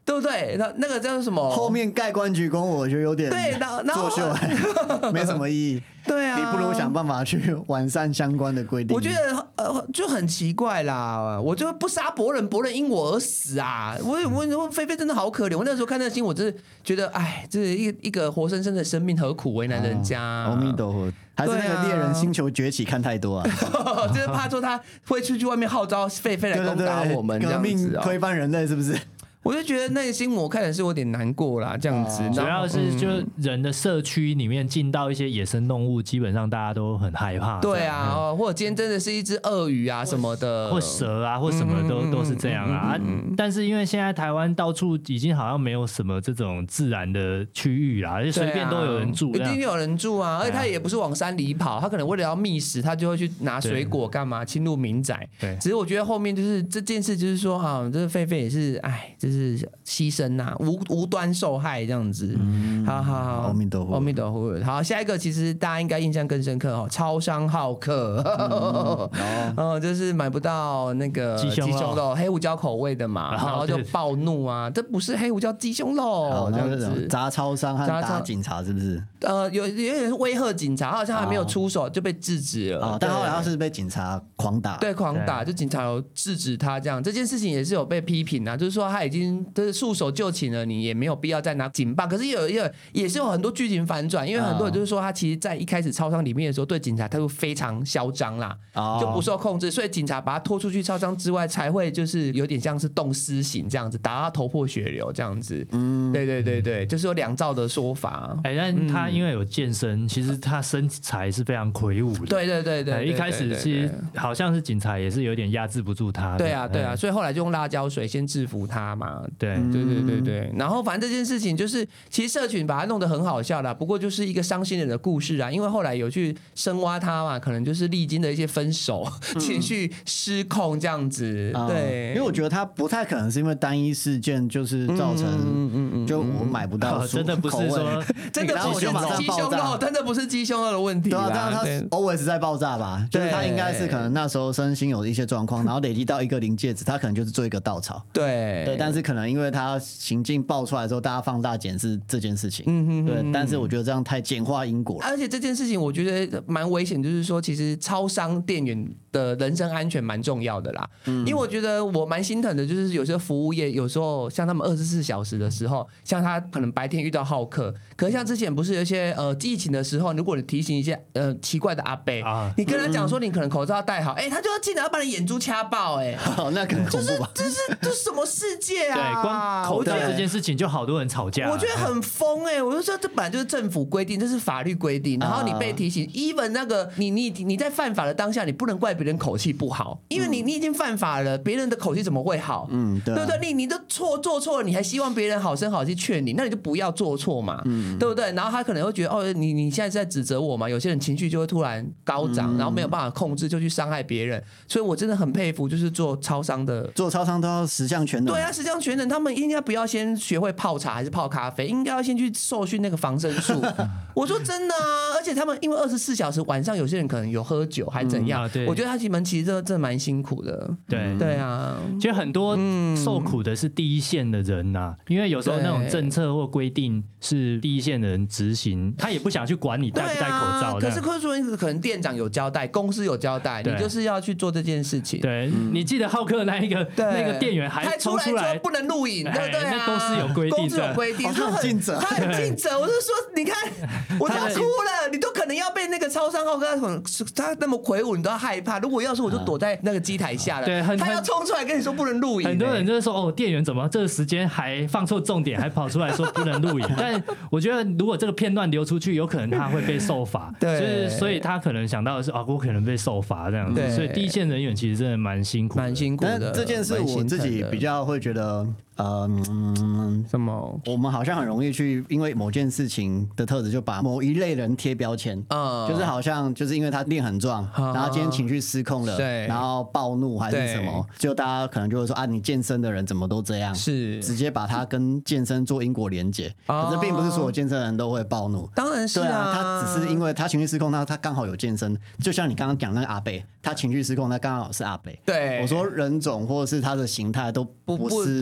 对不对？那那个叫什么？ 后面盖棺举弓，我觉得有点对， 作秀，没什么意义。 对啊， 你不如想办法去完善相关的规定。 我觉得呃就很奇怪啦，我就不杀伯仁，伯仁因我而死啊！我我我菲菲真的好可怜，我那时候看那个新闻，我真的觉得，哎，这一一个活生生的生命，何苦为难人家、啊？ 阿弥陀佛，还是那个猎人星球崛起看太多啊， 就是怕说他会出去外面号召狒狒来攻打我们， 革命推翻人类是不是？ 我就觉得那个新闻我看的是有点难过啦，这样子。 主要是就人的社区里面进到一些野生动物，基本上大家都很害怕。 对啊，哦、或者今天真的是一只鳄鱼啊什么的， 或蛇啊，或什么都、嗯、都是这样啊。嗯、但是因为现在台湾到处已经好像没有什么这种自然的区域啦，就随便都有人住、啊， 一定有人住啊。而且他也不是往山里跑，他可能为了要觅食，他就会去拿水果干嘛侵入民宅。对，只是我觉得后面就是这件事，就是说哈，这个狒狒也是，哎，就是牺牲呐、啊，无无端受害这样子。嗯、好好好， 阿弥陀佛， 阿弥陀佛。好，下一个其实大家应该印象更深刻哦，超商好客，嗯，哦、就是买不到那个鸡胸肉，黑胡椒口味的嘛，然后就暴怒啊，这不是黑胡椒鸡胸肉，这样子砸超商和打警察是不是？ 呃，有有点威吓警察，好像还没有出手就被制止了， 哦、但后来他是被警察狂打， 对，狂打，就警察有制止他这样，这件事情也是有被批评啊，就是说他已经就是束手就擒了，你也没有必要再拿警棒。可是有有也是有很多剧情反转，因为很多人就是说他其实在一开始超商里面的时候对警察态度非常嚣张啦，哦、就不受控制，所以警察把他拖出去超商之外，才会就是有点像是动私刑这样子，打到他头破血流这样子。嗯，对对对对，就是有两造的说法。 哎、欸，但他因为有健身，嗯、其实他身材是非常魁梧的。 对对对 对, 对, 对, 对， 一开始其实好像是警察也是有点压制不住他的。 对啊对啊，所以后来就用辣椒水先制服他嘛。对对对对对，然后反正这件事情就是其实社群把它弄得很好笑啦，不过就是一个伤心人的故事啊，因为后来有去深挖他嘛，可能就是历经的一些分手、嗯、情绪失控这样子。嗯、对， 因为我觉得他不太可能是因为单一事件就是造成，嗯嗯嗯，就我买不到、 嗯，真的不是说真的不是鸡胸肉，真的不是鸡胸肉的问题啦。 对啊，但是他 always 在爆炸吧，就是他应该是可能那时候身心有一些状况，然后累积到一个临界值，他可能就是做一个稻草。 对对，但是可能因为他行径爆出来之后，大家放大检视这件事情。嗯嗯对，但是我觉得这样太简化因果了。 而且这件事情我觉得蛮危险，就是说其实超商店员的人身安全蛮重要的啦。嗯，因为我觉得我蛮心疼的，就是有些服务业有时候像他们二十四小时的时候，像他可能白天遇到好客，可是像之前不是有一些呃疫情的时候，如果你提醒一些呃奇怪的阿伯，啊、你跟他讲说你可能口罩要戴好，哎、欸，他就要进来要把你眼珠掐爆、欸，哎， 好，那更恐怖吧？ 就是这是这是什么世界啊？ 对，光口罩这件事情就好多人吵架， 我觉得很疯哎、欸！我就说这本来就是政府规定，这是法律规定，然后你被提醒、uh, ，even 那个你你你在犯法的当下，你不能怪别人口气不好，因为你你已经犯法了，别人的口气怎么会好？嗯，对、啊，对不对？你你都错做错了，你还希望别人好声好气劝你，那你就不要做错嘛，嗯，对不对？然后他可能会觉得哦，你你现在是在指责我嘛？有些人情绪就会突然高涨，嗯、然后没有办法控制，就去伤害别人。所以我真的很佩服，就是做超商的， 做超商都要十项全能。 对啊，十项全能，他们应该不要先学会泡茶还是泡咖啡，应该要先去受训那个防身术。我说真的啊，而且他们因为二十四小时晚上有些人可能有喝酒还怎样，嗯啊、我觉得他们其实真的蛮辛苦的。 对对啊， 其实很多受苦的是第一线的人呐、啊，因为有时候那种政策或规定是第一线的人执行，他也不想去管你戴不戴口罩。 啊、可是可是可能店长有交代，公司有交代，你就是要去做这件事情。 对，嗯、你记得浩克那一个那个店员还冲出来不能录影，对不对啊？ 那公司有规定， 公司有规定， 他很尽责， 他很尽责。我就说，你看，我都要哭了，你都可能要被那个超商浩克他那么魁梧，你都要害怕。如果要是我就躲在那个机台下了，对，他要冲出来跟你说不能录影。 很多人就是说，哦，店员怎么这个时间还放错重点，还跑出来说不能录影？但我觉得，如果这个片段流出去，有可能他会被受罚。对，就是所以他可能想到的是，啊，我可能被受罚这样子。所以第一线人员其实真的蛮辛苦， 蛮辛苦的。 但这件事我自己比较会觉得。呃嗯， 什么？ 我们好像很容易去因为某件事情的特质，就把某一类人贴标签。嗯，就是好像就是因为他练很壮，嗯、然后今天情绪失控了，对，然后暴怒还是什么，就大家可能就会说啊，你健身的人怎么都这样？是，直接把他跟健身做因果连结。可是并不是所有健身人都会暴怒， 当然是啊， 对啊，他只是因为他情绪失控，他他刚好有健身，就像你刚刚讲那个阿伯，他情绪失控，他刚好是阿伯。对，我说人种或者是他的形态都不是不是。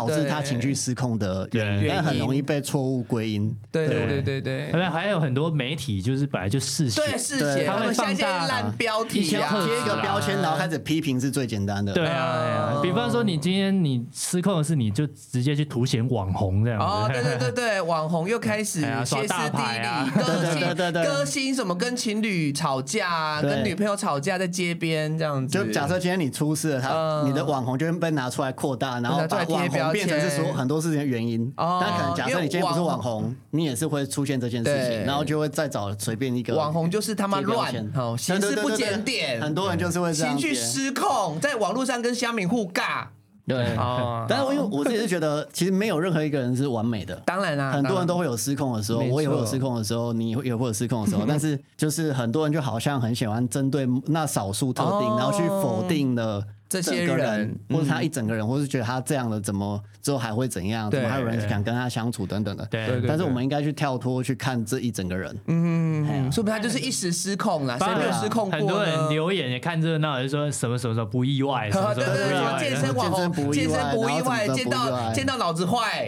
导致他情绪失控的原因，但很容易被错误归因。 对对对对对， 对，还有很多媒体就是本来就嗜血， 对嗜血，他们放大烂标题啊， 贴一个标签，然后开始批评是最简单的。 对啊，比方说你今天你失控的是，你就直接去凸显网红这样子。 哦，对对对对，网红又开始歇斯底里，歌星歌星什么跟情侣吵架，跟女朋友吵架在街边这样子。 就假设今天你出事了，他你的网红就会被拿出来扩大，然后把网红变成是说很多事情的原因。但可能假设你今天不是网红，你也是会出现这件事情，然后就会再找随便一个网红就是他妈乱，行事不检点， 很多人就是会这样， 情绪失控，在网络上跟乡民互尬。 对，但是因为我自己是觉得，其实没有任何一个人是完美的。 当然啦， 很多人都会有失控的时候，我也会有失控的时候，你也会有失控的时候。但是就是很多人就好像很喜欢针对那少数特定，然后去否定了这些人， 或者他一整个人，或是觉得他这样的怎么之后还会怎样？怎么还有人想跟他相处等等的？ 对， 但是我们应该去跳脱去看这一整个人。 嗯，说不定他就是一时失控啦，谁没有失控过？ 很多人留言也看热闹，就说什么什么什么不意外，什么什么不意外， 健身网红健身不意外，见到见到脑子坏。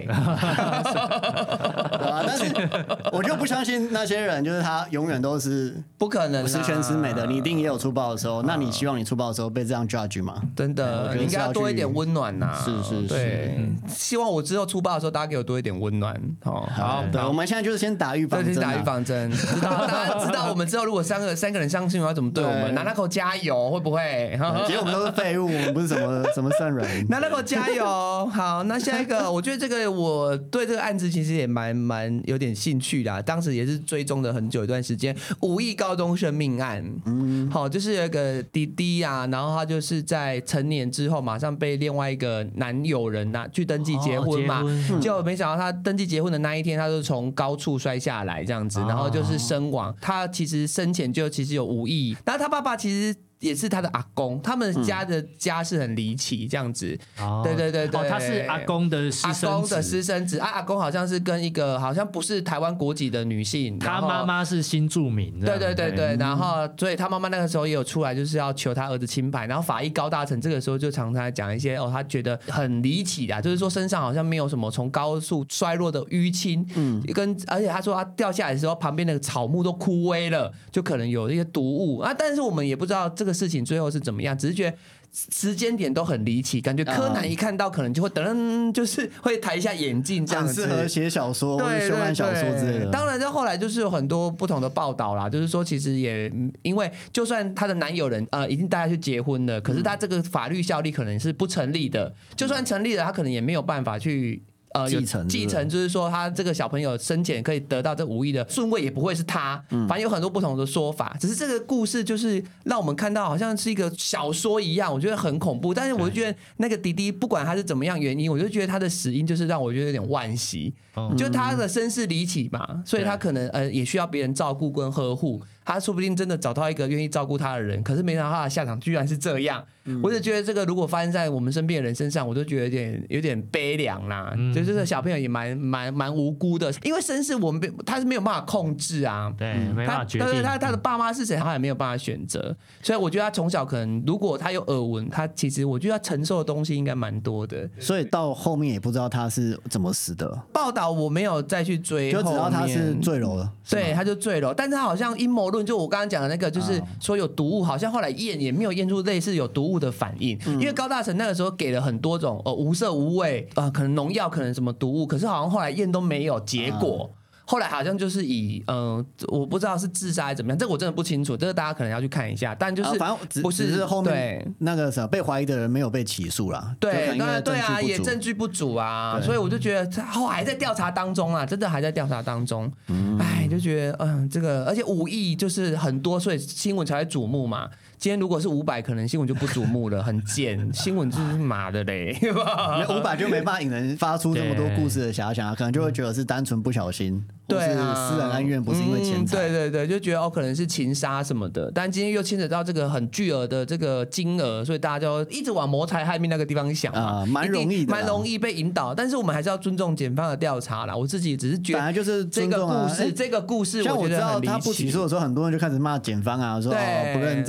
对啊，但是我就不相信那些人，就是他永远都是不可能十全十美的。你一定也有出包的时候，那你希望你出包的时候被这样 judge 吗？ 真的，你应该要多一点温暖呐。 是是是， 对，希望我之后出包的时候，大家给我多一点温暖。好， 好，对，我们现在就是先打预防针， 先打预防针，知道大家知道我们之后如果三个三个人相信，要怎么对我们？拿那口加油，会不会？ 其实我们都是废物，我们不是什么什么圣人。 拿那口加油。好，那下一个，我觉得这个我对这个案子其实也蛮蛮有点兴趣的，当时也是追踪了很久一段时间，五亿高中生命案。嗯，好，就是有一个弟弟啊，然后他就是在成年之后马上被另外一个男友人拿去登记结婚嘛，结果没想到他登记结婚的那一天，他就从高处摔下来这样子，然后就是身亡。他其实生前就其实有五亿，然后他爸爸其实也是他的阿公，他们家的家是很离奇这样子。哦、对对对对、 哦，他是阿公的私生子， 阿公的私生子啊，阿公好像是跟一个好像不是台湾国籍的女性， 他妈妈是新住民。 对对对对，然后所以他妈妈那个时候也有出来，就是要求他儿子清白。然后法医高大成这个时候就常常讲一些哦，他觉得很离奇的，就是说身上好像没有什么从高处摔落的淤青，嗯，跟而且他说他掉下来的时候旁边那个草木都枯萎了，就可能有一些毒物啊，但是我们也不知道这个事情最后是怎么样，只是觉得时间点都很离奇，感觉柯南一看到可能就会噔，就是会抬一下眼镜这样子， 很适合写小说或者修改小说之类的。 当然，就后来就是有很多不同的报道啦，就是说其实也因为就算她的男友人呃已经带她去结婚了，可是她这个法律效力可能是不成立的，就算成立了，她可能也没有办法去。呃， 继承继承就是说，他这个小朋友生前可以得到这五亿的顺位，也不会是他。嗯，反正有很多不同的说法。只是这个故事就是让我们看到，好像是一个小说一样，我觉得很恐怖。但是我就觉得那个弟弟，不管他是怎么样原因，我就觉得他的死因就是让我觉得有点惋惜。嗯，就他的身世离奇嘛，所以他可能呃也需要别人照顾跟呵护。他说不定真的找到一个愿意照顾他的人，可是没想到他的下场居然是这样。嗯、我就觉得这个如果发生在我们身边的人身上，我就觉得有点有点悲凉啦。嗯、就这个小朋友也蛮蛮蛮无辜的，因为身世我们他是没有办法控制啊， 对，没办法决定。 对，他他的爸妈是谁，他也没有办法选择。所以我觉得他从小可能，如果他有耳闻，他其实我觉得他承受的东西应该蛮多的。 所以到后面也不知道他是怎么死的。 报道我没有再去追， 就只知道他是坠楼了。 对，他就坠楼，但是他好像阴谋论，就我刚刚讲的那个，就是说有毒物，好像后来验也没有验出类似有毒物的反应。嗯、因为高大成那个时候给了很多种呃无色无味啊、呃，可能农药，可能什么毒物，可是好像后来验都没有结果。啊后来好像就是以呃，我不知道是自杀还是怎么样，这个我真的不清楚，这个大家可能要去看一下。但就是、啊、 反正不是, 是后面那个什么被怀疑的人没有被起诉啦， 对，那对啊，也证据不足啊，所以我就觉得他后来还在调查当中啊，真的还在调查当中。哎、嗯，就觉得嗯、呃，这个而且五亿就是很多，所以新闻才会瞩目嘛。今天如果是五百，可能新闻就不瞩目了，很贱。新闻就是麻的嘞， 五百就没办法引人发出这么多故事的遐想，可能就会觉得是单纯不小心， 对啊，私人恩怨，不是因为钱财、 嗯。对对对，就觉得哦，可能是情杀什么的。但今天又牵扯到这个很巨额的这个金额，所以大家就一直往谋财害命那个地方想嘛， 蛮、呃、容易的， 蛮容易被引导。但是我们还是要尊重检方的调查啦。我自己只是觉得， 本来就是这个故事，这个故事， 像我知道他不起诉的时候，很多人就开始骂检方啊，说哦不认真啊，或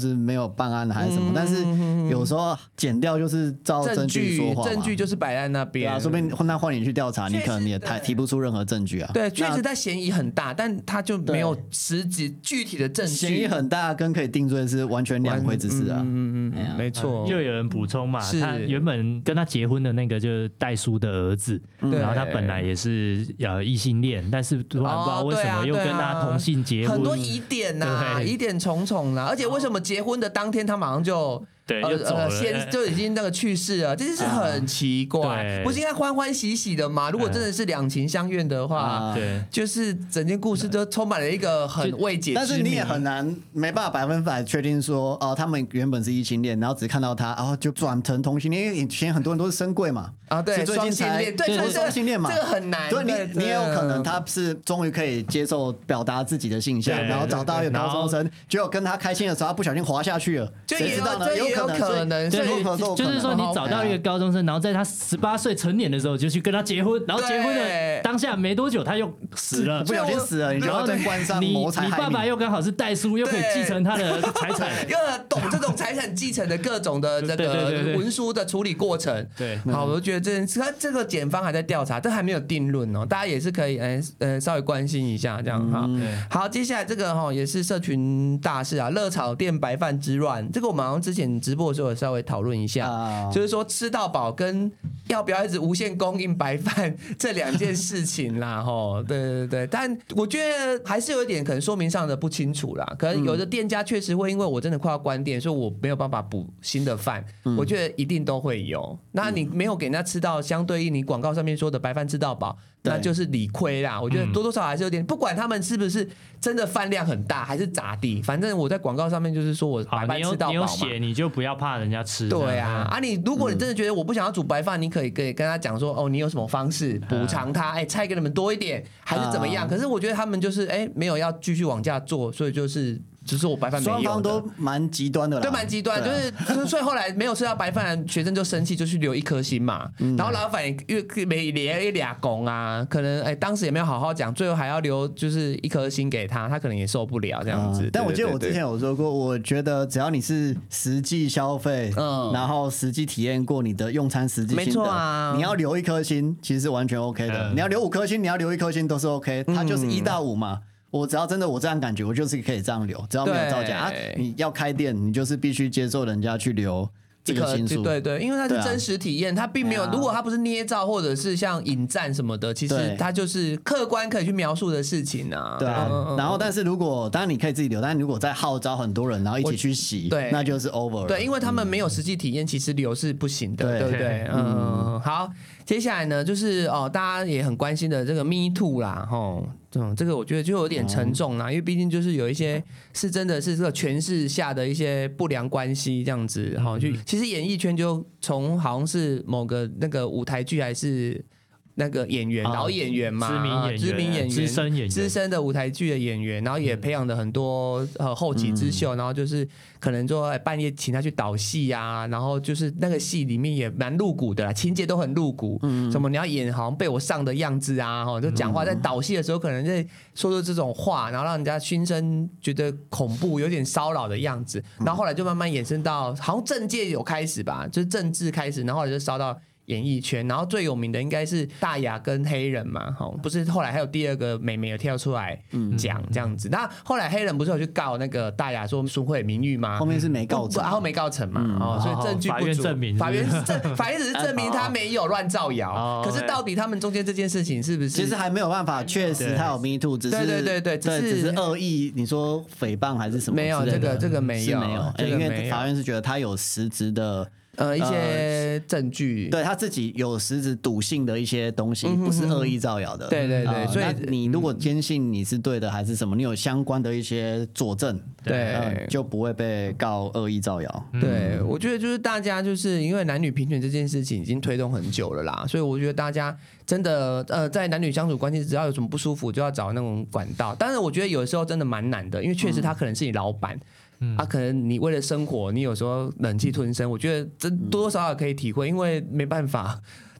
是没有办案还是什么，嗯、但是有时候检调就是照证据说话嘛， 证据就是摆在那边， 对啊，说不定那换你去调查，你可能也提不出任何证据啊。 对，确实他嫌疑很大，但他就没有实质具体的证据。 嫌疑很大跟可以定罪是完全两回之事啊。 嗯嗯嗯，没错。 就有人补充嘛，他原本跟他结婚的那个就是代书的儿子，然后他本来也是呃异性恋，但是突然不知道为什么又跟他同性结婚， 很多疑点呐，疑点重重呐，而且为什么结婚的当天他马上就。 对，就走了， 先就已经那个去世了，这件事很奇怪，不是应该欢欢喜喜的吗？如果真的是两情相悦的话，对，就是整件故事都充满了一个很未解之谜。 但是你也很难没办法百分百确定说，哦，他们原本是异性恋，然后只看到他，然后就转成同性恋，因为以前很多人都是深柜嘛， 啊，对，双性恋，对， 双性恋嘛， 这个很难。 对，你你也有可能他是终于可以接受表达自己的性向，然后找到一个高中生，结果跟他开心的时候，他不小心滑下去了，谁知道呢？ 有可能。 就是说，你找到一个高中生，然后在他十八岁成年的时候就去跟他结婚，然后结婚的当下没多久他又死了， 不小心死了，你就要在官上谋财害命。 你爸爸又刚好是代书，又可以继承他的财产， 又懂这种财产继承的各种的这个文书的处理过程。 对， 好，我就觉得这他这个检方还在调查，这还没有定论哦，大家也是可以呃呃稍微关心一下这样哈。好，接下来这个哈也是社群大事啊，热炒店白饭之乱，这个我们好像之前直播的时候有稍微讨论一下，啊、就是说吃到饱跟要不要一直无限供应白饭这两件事情啦，吼，对对对，但我觉得还是有一点可能说明上的不清楚啦，可能有的店家确实会因为我真的快要关店，所以我没有办法补新的饭，嗯、我觉得一定都会有。那你没有给人家吃到相对应你广告上面说的白饭吃到饱，那就是理亏啦。我觉得多多少少还是有点，不管他们是不是真的饭量很大还是咋地，反正我在广告上面就是说我白饭吃到饱嘛，你有写你就不要怕人家吃。 对啊，啊你如果你真的觉得我不想要煮白饭，你可以可以跟他讲说，哦，你有什么方式补偿他？哎，菜给你们多一点，还是怎么样？可是我觉得他们就是哎没有要继续往下做，所以就是只是我白饭没有的。 双方都蛮极端的啦， 对，蛮极端，就是所以后来没有吃到白饭，学生就生气，就去留一颗心嘛。然后老板因为没连一俩公啊，可能哎当时也没有好好讲，最后还要留就是一颗心给他，他可能也受不了这样子。 但我记得我之前有说过，我觉得只要你是实际消费，嗯，然后实际体验过你的用餐实际心得，没错啊，你要留一颗心，其实是完全 OK 的。嗯、你要留五颗星，你要留一颗星都是 OK， 它就是一到五嘛。我只要真的我这样感觉，我就是可以这样留，只要没有造假啊。你要开店，你就是必须接受人家去留这个星数， 对对，因为它是真实体验，它并没有。如果它不是捏造或者是像引战什么的，其实它就是客观可以去描述的事情啊。 对啊，然后但是如果当然你可以自己留，但如果再号召很多人，然后一起去洗，对，那就是 over。 对，因为他们没有实际体验，其实留是不行的，对不对？嗯，好。接下来呢，就是哦，大家也很关心的这个 Me Too 啦，吼，嗯，这个我觉得就有点沉重啦，因为毕竟就是有一些是真的是这个权势下的一些不良关系这样子，哈，就其实演艺圈就从好像是某个那个舞台剧还是。那个演员、老演员嘛， 知名演员、 知名演员、 资深演员、 资深的舞台剧的演员，然后也培养了很多呃后起之秀，然后就是可能说半夜请他去导戏啊，然后就是那个戏里面也蛮露骨的啦，情节都很露骨，什么你要演好像被我上的样子啊，哈，就讲话在导戏的时候可能在说出这种话，然后让人家心生觉得恐怖，有点骚扰的样子，然后后来就慢慢衍生到好像政界有开始吧，就是政治开始，然后后来就烧到。演艺圈，然后最有名的应该是大雅跟黑人嘛，哈，不是后来还有第二个美眉有跳出来讲这样子。那后来黑人不是有去告那个大雅说损毁名誉吗？ 后面是没告成， 然后没告成嘛，哦，所以证据不足。 法院证明， 法院证，法院只是证明他没有乱造谣。可是到底他们中间这件事情是不是？ 其实还没有办法确实他有 Me Too， 只是对对对对，只是只是恶意，你说诽谤还是什么？ 没有这个这个没有没有，因为法院是觉得他有实质的。 呃，一些证据， 对他自己有实质笃信的一些东西，不是恶意造谣的。 对对对，所以你如果坚信你是对的还是什么，你有相关的一些佐证，对，就不会被告恶意造谣。 对，我觉得就是大家就是因为男女平权这件事情已经推动很久了啦，所以我觉得大家真的呃，在男女相处关系，只要有什么不舒服，就要找那种管道。但是我觉得有时候真的蛮难的，因为确实他可能是你老板。嗯、啊，可能你为了生活，你有时候忍气吞声，我觉得这多多少少可以体会，因为没办法，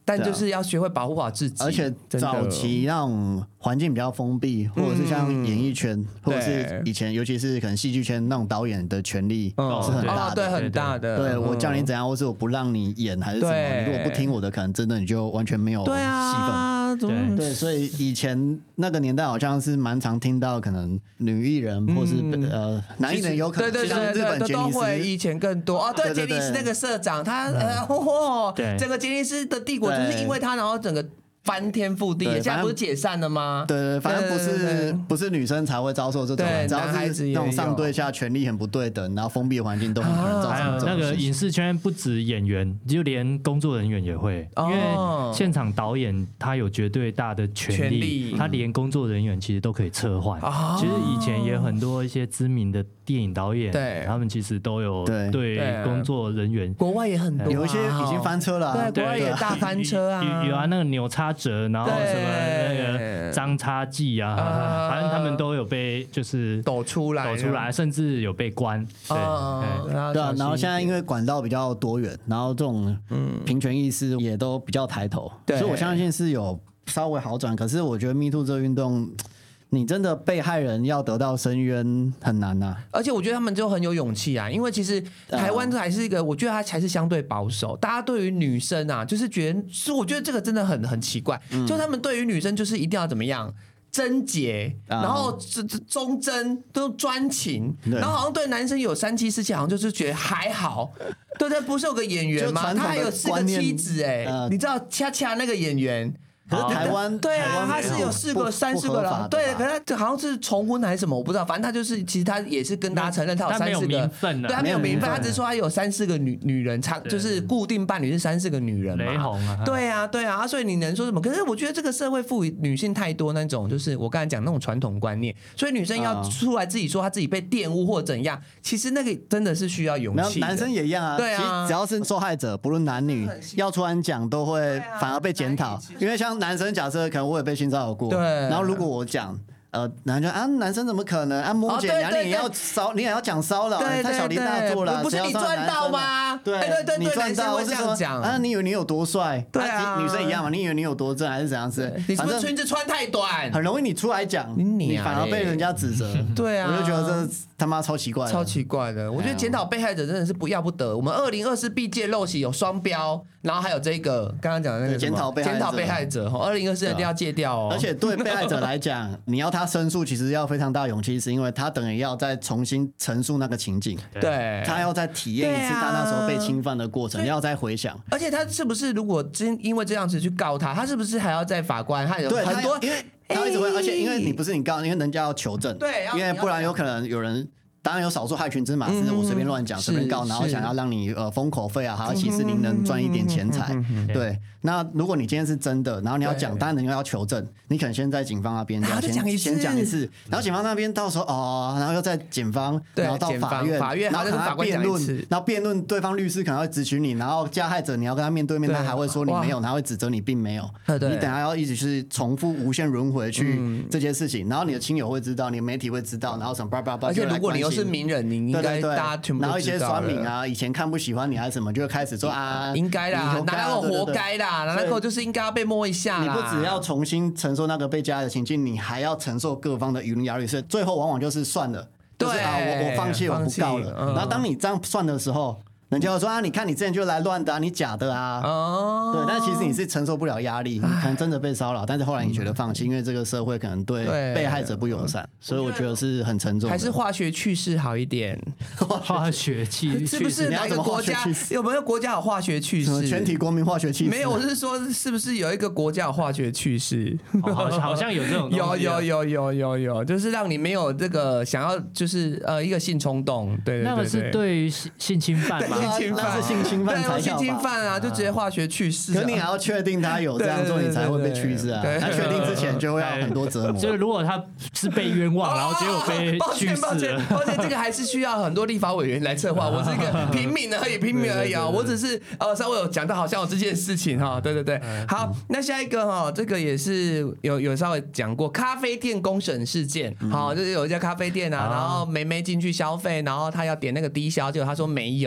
但就是要学会保护好自己。 而且早期那种环境比较封闭，或者是像演艺圈，嗯、或者是以前，尤其是可能戏剧圈那种导演的权力是很大的， 哦、对，很大的。 对我叫你怎样，或是我不让你演，还是什么？你如果不听我的，可能真的你就完全没有戏份。 对对，所以以前那个年代好像是蛮常听到，可能女艺人或是、嗯、呃男艺人有可能， 对对对对对，都会以前更多哦。对，杰尼斯那个社长，他呃，哦，整个杰尼斯的帝国就是因为他，然后整个。翻天覆地，现在不是解散了吗？ 对对，反正不是对对对对不是女生才会遭受这种，只要是那种上对下权力很不对等，然后封闭的环境都很可能造成这种事情。 还有那个影视圈不止演员，就连工作人员也会，因为现场导演他有绝对大的权力，他连工作人员其实都可以撤换。其实以前也有很多一些知名的电影导演，对，他们其实都有对工作人员， 国外也很多， 有一些已经翻车了， 对，国外也大翻车啊， 有啊，那个扭叉折，然后什么那个张叉记啊，反正他们都有被就是抖出来， 抖出来，甚至有被关。对对啊，然后现在因为管道比较多元，然后这种平权意识也都比较抬头，所以我相信是有稍微好转。可是我觉得 Me Too 这个运动。你真的被害人要得到申冤很难呐、啊， 而且我觉得他们就很有勇气啊，因为其实台湾还是一个，我觉得它还是相对保守。大家对于女生啊，就是觉得，是我觉得这个真的很很奇怪，嗯、就他们对于女生就是一定要怎么样贞洁，然后忠贞都专情，然后好像对男生有三妻四妾，好像就是觉得还好。对对，不是有个演员吗？他还有四个妻子哎、欸，呃、你知道恰恰那个演员。 可是台湾对啊，他是有四个、三四个了，对，可是他好像是重婚还是什么，我不知道。反正他就是，其实他也是跟大家承认他有三四个，对，他没有名分，他只是说他有三四个女女人，长就是固定伴侣是三四个女人嘛。 雷洪啊， 对啊，对啊，所以你能说什么？可是我觉得这个社会赋予女性太多那种，就是我刚才讲那种传统观念，所以女生要出来自己说她自己被玷污或怎样，其实那个真的是需要勇气。 男生也一样啊，对啊，只要是受害者，不论男女，要出来讲都会反而被检讨，因为像男生假设可能。我也被性骚扰过，对。然后如果我讲，呃，男生啊，男生怎么可能啊？摸姐娘你也要骚，你也要讲骚扰，太小题大做了。 不是你赚到吗？ 对对对， 你赚到会这样讲啊？你以为你有多帅？ 对啊， 女生一样嘛？你以为你有多正还是怎样子？ 你是不是裙子穿太短？ 很容易你出来讲，你反而被人家指责。对啊，我就觉得这他妈超奇怪， 超奇怪的。我觉得检讨被害者真的是不要不得。我们二零二四必戒陋习有双标。然后还有这个刚刚讲的那个检讨被检讨被害者，二零二四一定要戒掉哦。 而且对被害者来讲，你要他申诉，其实要非常大勇气，是因为他等于要再重新陈述那个情景， 对， 他要再体验一次他那时候被侵犯的过程，要再回想。 而且他是不是如果真因为这样子去告他，他是不是还要在法官他有很多？ 因为他一直会，而且因为你不是你告，因为人家要求证， 对， 因为不然有可能有人。当然有少数害群之马，是我随便乱讲、随便告，然后想要让你呃封口费啊，还要息事宁人赚一点钱财。对，那如果你今天是真的，然后你要讲，当然人家要求证，你可能先在警方那边先先讲一次，然后警方那边到时候哦，然后又在检方，然后到法院， 法院然后跟他辩论，然后辩论对方律师可能会质询你，然后加害者你要跟他面对面，他还会说你没有，他会指责你并没有，你等下要一直是重复无限轮回去这件事情，然后你的亲友会知道，你的媒体会知道，然后什么叭叭叭， 而且如果你又是名人，你应该大家全部然后一些酸民啊，以前看不喜欢你还是什么，就会开始说啊， 应该啦，哪个活该啦，哪个就是应该要被摸一下啦。 你不只要重新承受那个被加害的情境，你还要承受各方的舆论压力，所以最后往往就是算了，就是啊，我我放弃，我不告了。然后当你这样算的时候。人家会说啊，你看你之前就来乱的、啊，你假的啊，哦，对，但其实你是承受不了压力，你可能真的被骚扰，但是后来你觉得放弃，因为这个社会可能对被害者不友善，所以我觉得是很沉重的。 还是化学去世好一点？ 化学去是不是哪个国家有没有国家有化學去世？ 全体国民化学去世？ 没有，我是说是不是有一个国家有化学去世？ 好, 好像有这种有有有有有有，就是让你没有这个想要就是呃一个性冲动，对对对， 那个是对于性侵犯吗？ 性侵犯是性侵犯才性侵犯啊，就直接化学去世。 可你还要确定他有这样做，你才会被去世啊。他确定之前就会有很多折磨。 就是如果他是被冤枉，然后结果被去世了， 抱歉，抱歉，这个还是需要很多立法委员来策划。我是一个平民而已，平民而已啊。我只是呃稍微有讲到好像有这件事情哈。对对对，好，那下一个哈，这个也是有有稍微讲过咖啡店公审事件。好，就是有一家咖啡店啊，然后妹妹进去消费，然后她要点那个低消，结果她说没有，然后。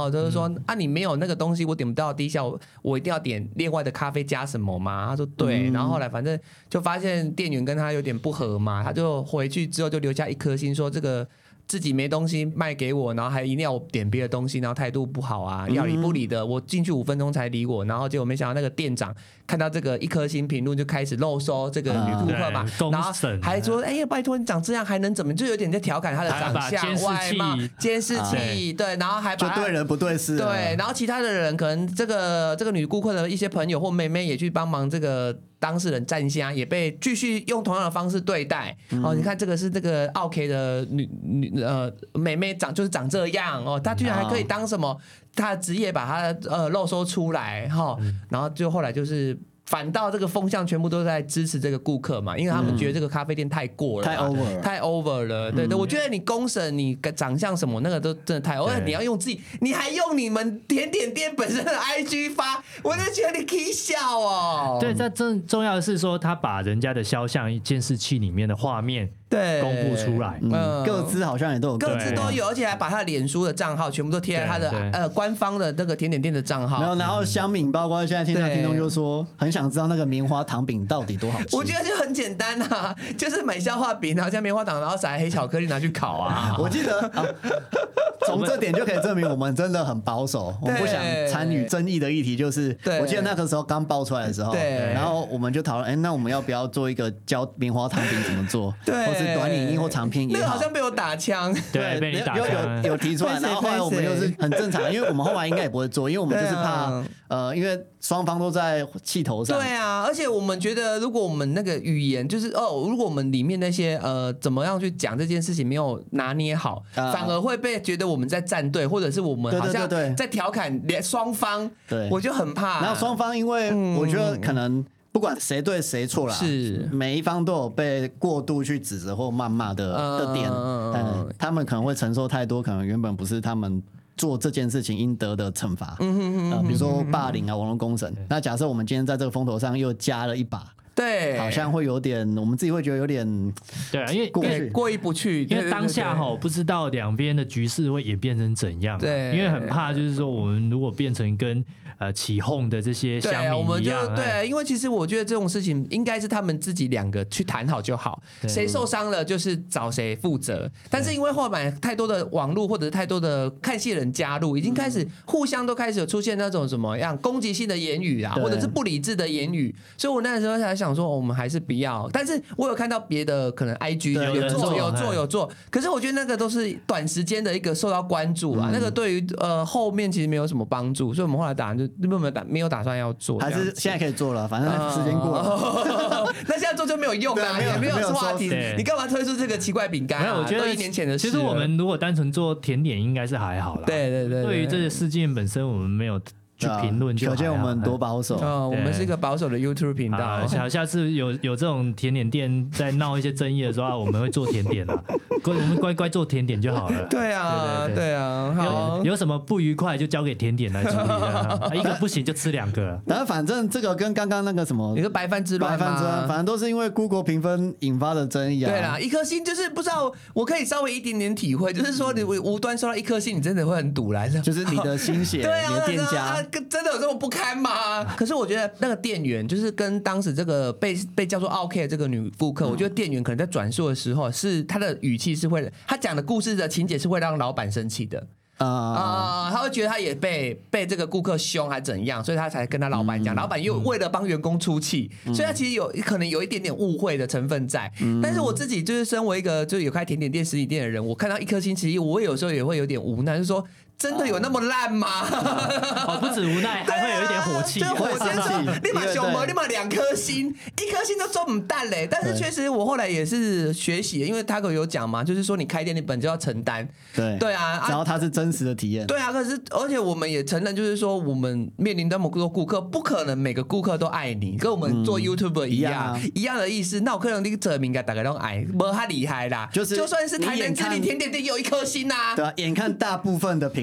后就是说、嗯、啊你没有那个东西我点不到低效，我一定要点另外的咖啡加什么吗？他说对、嗯、然后后来反正就发现店员跟他有点不合嘛，他就回去之后就留下一颗心说这个自己没东西卖给我，然后还一定要我点别的东西，然后态度不好啊，要理不理的，我进去五分钟才理我，然后结果没想到那个店长看到这个一颗星评论就开始漏收这个女顾客嘛、嗯，然后还说哎呀拜托你长这样还能怎么，就有点在调侃她的长相外貌监视器，对，然后还把就对人不对事， 对，然后其他的人可能这个这个女顾客的一些朋友或妹妹也去帮忙这个当事人站下，也被继续用同样的方式对待、嗯、哦，你看这个是这个奥 K 的女女呃妹妹长就是长这样哦，她居然还可以当什么，她的职业把她呃漏收出来哈、哦嗯，然后就后来就是反倒这个风向全部都在支持这个顾客嘛，因为他们觉得这个咖啡店太过了， 太 over 太 over 了，对对、嗯，我觉得你公审你长相什么那个都真的太 over， 你要用自己，你还用你们甜点店本身的 I G 发，我就觉得你可以笑哦。 对，这真重要的是说，他把人家的肖像监视器里面的画面。对，公布出来， 嗯，各自好像也都有， 各自都有，而且还把他的脸书的账号全部都贴在他的呃官方的那个甜点店的账号。 没有，然后乡民包括现在听到听众就说，很想知道那个棉花糖饼到底多好吃。 我觉得就很简单啊，就是买消化饼，然后加棉花糖，然后撒黑巧克力拿去烤啊。 我记得从这点就可以证明我们真的很保守，我们不想参与争议的议题。就是我记得那个时候刚爆出来的时候，然后我们就讨论，哎，那我们要不要做一个教棉花糖饼怎么做？对。短影音或长片也好， 那个好像被我打枪， 对，被你打枪， 有有提出来，然后后来我们又是很正常，因为我们后来应该也不会做，因为我们就是怕，啊、呃，因为双方都在气头上。 对啊，而且我们觉得，如果我们那个语言就是哦，如果我们里面那些呃怎么样去讲这件事情没有拿捏好，啊、反而会被觉得我们在站队，或者是我们好像在调侃连双方，对，我就很怕。 然后双方，因为我觉得可能。不管谁对谁错啦，是每一方都有被过度去指责或谩骂的、嗯、的点，但他们可能会承受太多，可能原本不是他们做这件事情应得的惩罚，嗯哼哼呃，比如说霸凌啊、网络公审。那假设我们今天在这个风头上又加了一把。 对， 好像会有点，我们自己会觉得有点， 对啊，因为过过意不去， 因为当下哈不知道两边的局势会演变成怎样，对，因为很怕就是说我们如果变成跟呃起哄的这些乡民一样，我们就对，因为其实我觉得这种事情应该是他们自己两个去谈好就好，谁受伤了就是找谁负责，但是因为后来太多的网络或者是太多的看戏人加入，已经开始互相都开始有出现那种什么样攻击性的言语啊，或者是不理智的言语，所以我那时候才想说，我们还是不要。但是我有看到别的可能 I G 有做有做有做，可是我觉得那个都是短时间的一个受到关注啊，嗯、那个对于呃后面其实没有什么帮助，所以我们后来打就没有打没有打算要做， 还是现在可以做了，反正时间过了， 呃、那现在做就没有用啦，也没有话题，你干嘛推出这个奇怪饼干、啊？ 没有，我觉得一年前的事。 其实我们如果单纯做甜点，应该是还好啦。 对对 对, 对， 对于这个事件本身，我们没有。去评论， 可见我们多保守。 哦，我们是一个保守的 YouTube 频道。 下下次有有这种甜点店在闹一些争议的时候，我们会做甜点啦。我们乖乖做甜点就好了。 对啊，对, 对, 对啊。好， 有, 有什么不愉快就交给甜点来处理，一个不行就吃两个。 但反正这个跟刚刚那个什么， 你说白饭之乱， 白饭之乱，反正都是因为 Google 评分引发的争议啊。 对啦，一颗星就是不知道，我可以稍微一点点体会，就是说你无端收到一颗星，你真的会很堵来的， 就是你的心血， 对啊， 你的店家、 啊、真的有这么不堪吗？可是我觉得那个店员就是跟当时这个被被叫做 OK 的这个女顾客、嗯，我觉得店员可能在转述的时候，是他的语气是会，他讲的故事的情节是会让老板生气的。啊、uh, 呃，他会觉得他也被被这个顾客凶还怎样，所以他才跟他老板讲、嗯，老板又为了帮员工出气、嗯，所以他其实有可能有一点点误会的成分在。嗯、但是我自己就是身为一个就是有开甜点店、实体店的人，我看到一颗星，其实我有时候也会有点无奈，就是说。真的有那么烂吗？ 哦，不止无奈，还会有一点火气， 火气。立马熊猫，立马两颗星，一颗星都做不淡嘞。但是确实，我后来也是学习，因为他有讲嘛，就是说你开店，你本就要承担。对对啊， 然后它是真实的体验。 对啊，可是而且我们也承认，就是说我们面临那么多顾客，不可能每个顾客都爱你，跟我们做 YouTuber 一样、嗯、一, 样啊、一样的意思。那我可能你证明给大家都爱，没他厉害啦。就是就算是台南知名甜点店有一颗星呐、啊， 对啊，眼看大部分的评论。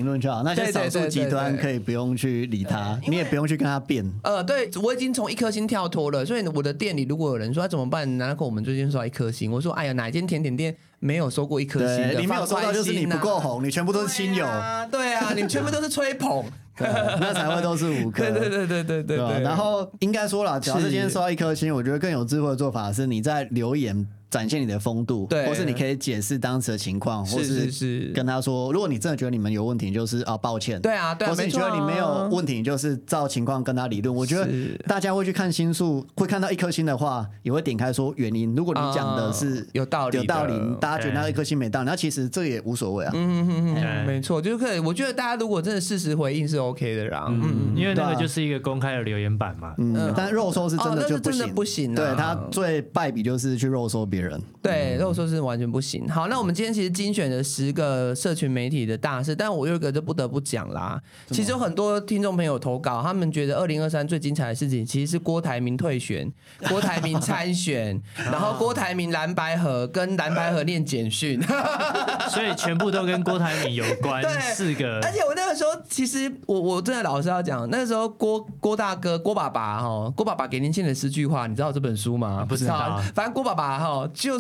论就好。那些少数极端可以不用去理他，你也不用去跟他辩。 呃，对，我已经从一颗星跳脱了，所以我的店里如果有人说、啊、怎么办，难道我们最近收到一颗星？我说哎呀，哪一间甜点店没有收过一颗星的？ 你没有收到就是你不够红，你全部都是亲友。 对啊，对啊，你全部都是吹捧。 那才会都是五颗。 对对对对对 对, 对。 然后应该说了，只要是今天收到一颗星，我觉得更有智慧的做法是你在留言展现你的风度，或是你可以解释当时的情况，或是跟他说，如果你真的觉得你们有问题，就是啊抱歉。 对啊，对啊， 或是你觉得你没有问题，就是照情况跟他理论。我觉得大家会去看星数，会看到一颗星的话，也会点开说原因。如果你讲的是有道理， 有道理，大家觉得那一颗星没道理，那其实这也无所谓啊。 嗯嗯嗯，没错，就是可以。我觉得大家如果真的事实回应是 OK 的啦。 嗯，因为那个就是一个公开的留言板嘛。 嗯，但肉搜是真的就不行， 不行。 对，他最败笔就是去肉搜别人。 对。肉搜是完全不行。好，那我们今天其实精选了十个社群媒体的大事，但我有一个就不得不讲啦。其实有很多听众朋友投稿，他们觉得二零二三最精彩的事情其实是郭台铭退选、郭台铭参选，然后郭台铭蓝白合跟蓝白合念简讯， 所以全部都跟郭台铭有关。四个。而且我那个时候其实我我真的老实要讲，那个时候郭郭大哥郭爸爸哈，郭爸爸给年轻人十句话，你知道这本书吗？ 不知道。 反正郭爸爸哈就是。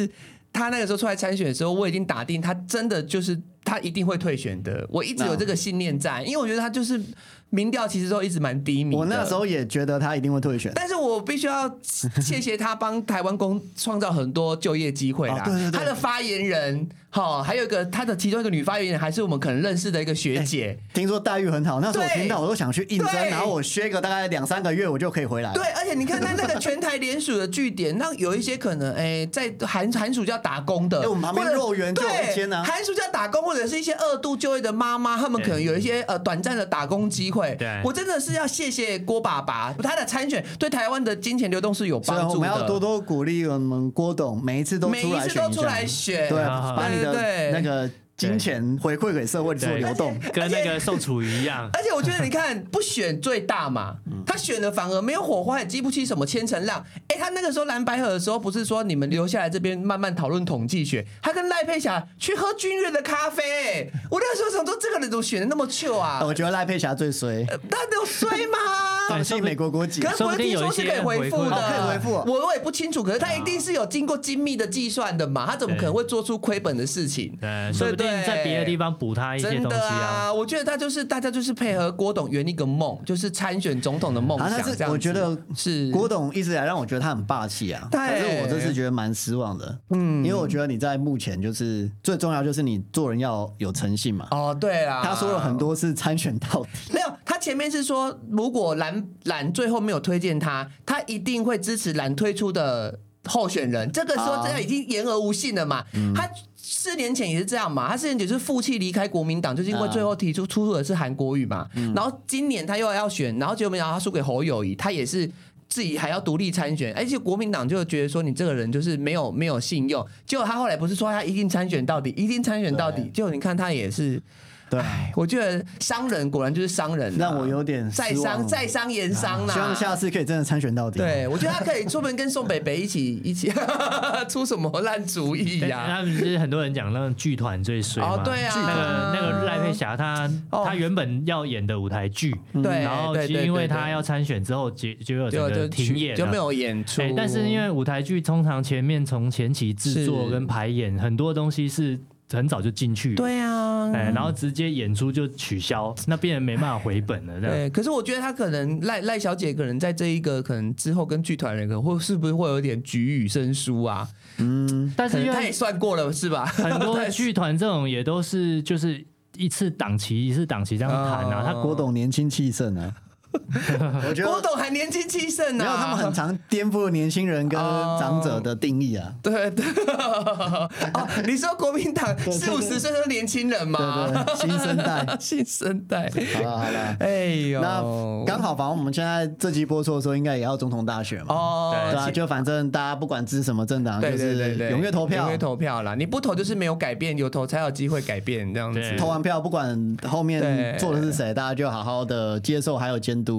他那个时候出来参选的时候，我已经打定他真的就是他一定会退选的，我一直有这个信念在，因为我觉得他就是民调其实都一直蛮低迷的。 我那时候也觉得他一定会退选， 但是我必须要谢谢他帮台湾工创造很多就业机会啦。 哦、对对对， 他的发言人。好，还有一个他的其中一个女发言人，还是我们可能认识的一个学姐， 欸、听说待遇很好。那时候我听到，我都想去应征，然后我学个大概两三个月，我就可以回来。 对，而且你看他那个全台联署的据点，那有一些可能，哎、欸，在寒寒暑假打工的， 欸、我们旁边肉圆就有一间啊， 寒暑假打工或者是一些二度就业的妈妈，他们可能有一些呃短暂的打工机会。 对， 我真的是要谢谢郭爸爸，他的参选对台湾的金钱流动是有帮助的。 我们要多多鼓励我们郭董，每一次都出来选一下， 每一次都出来选， 对，把你的那个。金钱回馈给社会做流动， 跟那个宋楚瑜一样。 而且我觉得你看，不选最大嘛，他选了反而没有火花，也激不起什么千层浪。哎、欸，他那个时候蓝白合的时候，不是说你们留下来这边慢慢讨论统计学，他跟赖佩霞去喝君悦的咖啡、欸。我那时候想说，这个人怎么选的那么糗啊？ 我觉得赖佩霞最衰， 呃、他有衰吗？ 放弃美国国籍， 可是我听说是可以回复的， 可以回复。 我我也不清楚，可是他一定是有经过精密的计算的嘛，他怎么可能会做出亏本的事情？ 对，说不定在别的地方。补他一些东西啊！ 啊我觉得他就是大家就是配合郭董圆一个梦，就是参选总统的梦想。这样我觉得是郭董一直以来让我觉得他很霸气啊，但是我这次觉得蛮失望的。嗯，因为我觉得你在目前就是最重要就是你做人要有诚信嘛。 哦，对啊， 他说了很多次参选到底， 没有，他前面是说如果蓝蓝最后没有推荐他，他一定会支持蓝推出的候选人。这个时候这样已经言而无信了嘛？嗯、他。四年前也是这样嘛，他四年前就是负气离开国民党，就是因为最后提出出的是韩国瑜嘛。嗯、然后今年他又要选，然后结果没想到他输给侯友宜，他也是自己还要独立参选，而且国民党就觉得说你这个人就是没有没有信用。结果他后来不是说他一定参选到底，一定参选到底，结果你看他也是。对，我觉得商人果然就是商人、啊， 让我有点在商在商言商啦、啊。 希望下次可以真的参选到底。 对，我觉得他可以说不定跟宋北北一起一起出什么烂主意呀、啊？ 他们是很多人讲那种剧团最衰嘛， 哦，对啊， 那个那个赖佩霞她、哦、她原本要演的舞台剧， 对， 然后因为她要参选之后，就就有整个停演了， 就没有演出。 欸、但是因为舞台剧通常前面从前期制作跟排演很多东西是。很早就进去了， 对啊， 哎，然后直接演出就取消，那变成没办法回本了。 对，可是我觉得他可能赖赖小姐可能在这一个可能之后跟剧团人可能会是不是会有点举语生疏啊？ 嗯，但是因为他也算过了是吧？ 很多剧团这种也都是就是一次档期一次档期这样谈啊， 他郭董年轻气盛啊。 我觉得郭董还年轻气盛啊， 没有，他们很常颠覆年轻人跟长者的定义啊。 对对，哦，你说国民党四五十岁都是年轻人吗？ 对对，新生代， 新生代。 好了好了， 哎呦， 那刚好，反正我们现在这期播出的时候，应该也要总统大选嘛。哦，对啊，就反正大家不管支持什么政党，就是踊跃投票， 踊跃投票啦。你不投就是没有改变，有投才有机会改变这样子。 投完票，不管后面做的是谁，大家就好好的接受还有监督。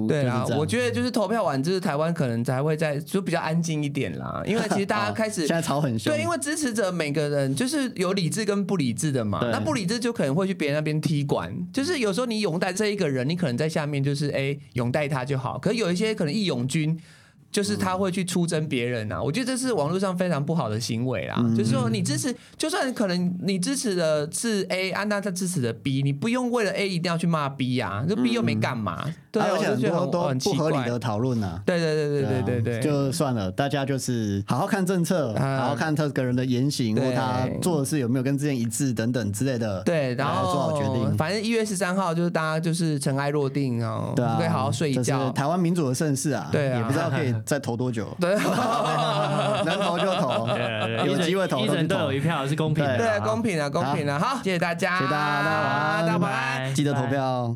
对啦，我觉得就是投票完，就是台湾可能才会在就比较安静一点啦，因为其实大家开始、 哦、现在吵很凶， 对，因为支持者每个人就是有理智跟不理智的嘛，那不理智就可能会去别人那边踢馆，就是有时候你拥戴这一个人，你可能在下面就是哎拥戴他就好，可是有一些可能义勇军。就是他会去出征别人啊，我觉得这是网络上非常不好的行为啦。嗯、就是说，你支持，就算可能你支持的是 A， 啊，那他支持的 B， 你不用为了 A 一定要去骂 B 呀、啊，这 B 又没干嘛。嗯、对、啊， 而且很多都不合理的讨论啊。 对对对对对对对， 就算了，大家就是好好看政策，嗯、好好看这个人的言行或他做的事有没有跟之前一致等等之类的。 对，然后做好决定。 反正一月十三号就是大家就是尘埃落定哦，对啊，可以好好睡一觉。 是台湾民主的盛世啊，对啊，也不知道可以再投多久。 对， 能投就投，有机会投一人都有一票是公平的， 对，公平的，公平的。好，谢谢大家， 谢谢大家， 大家拜拜， 记得投票。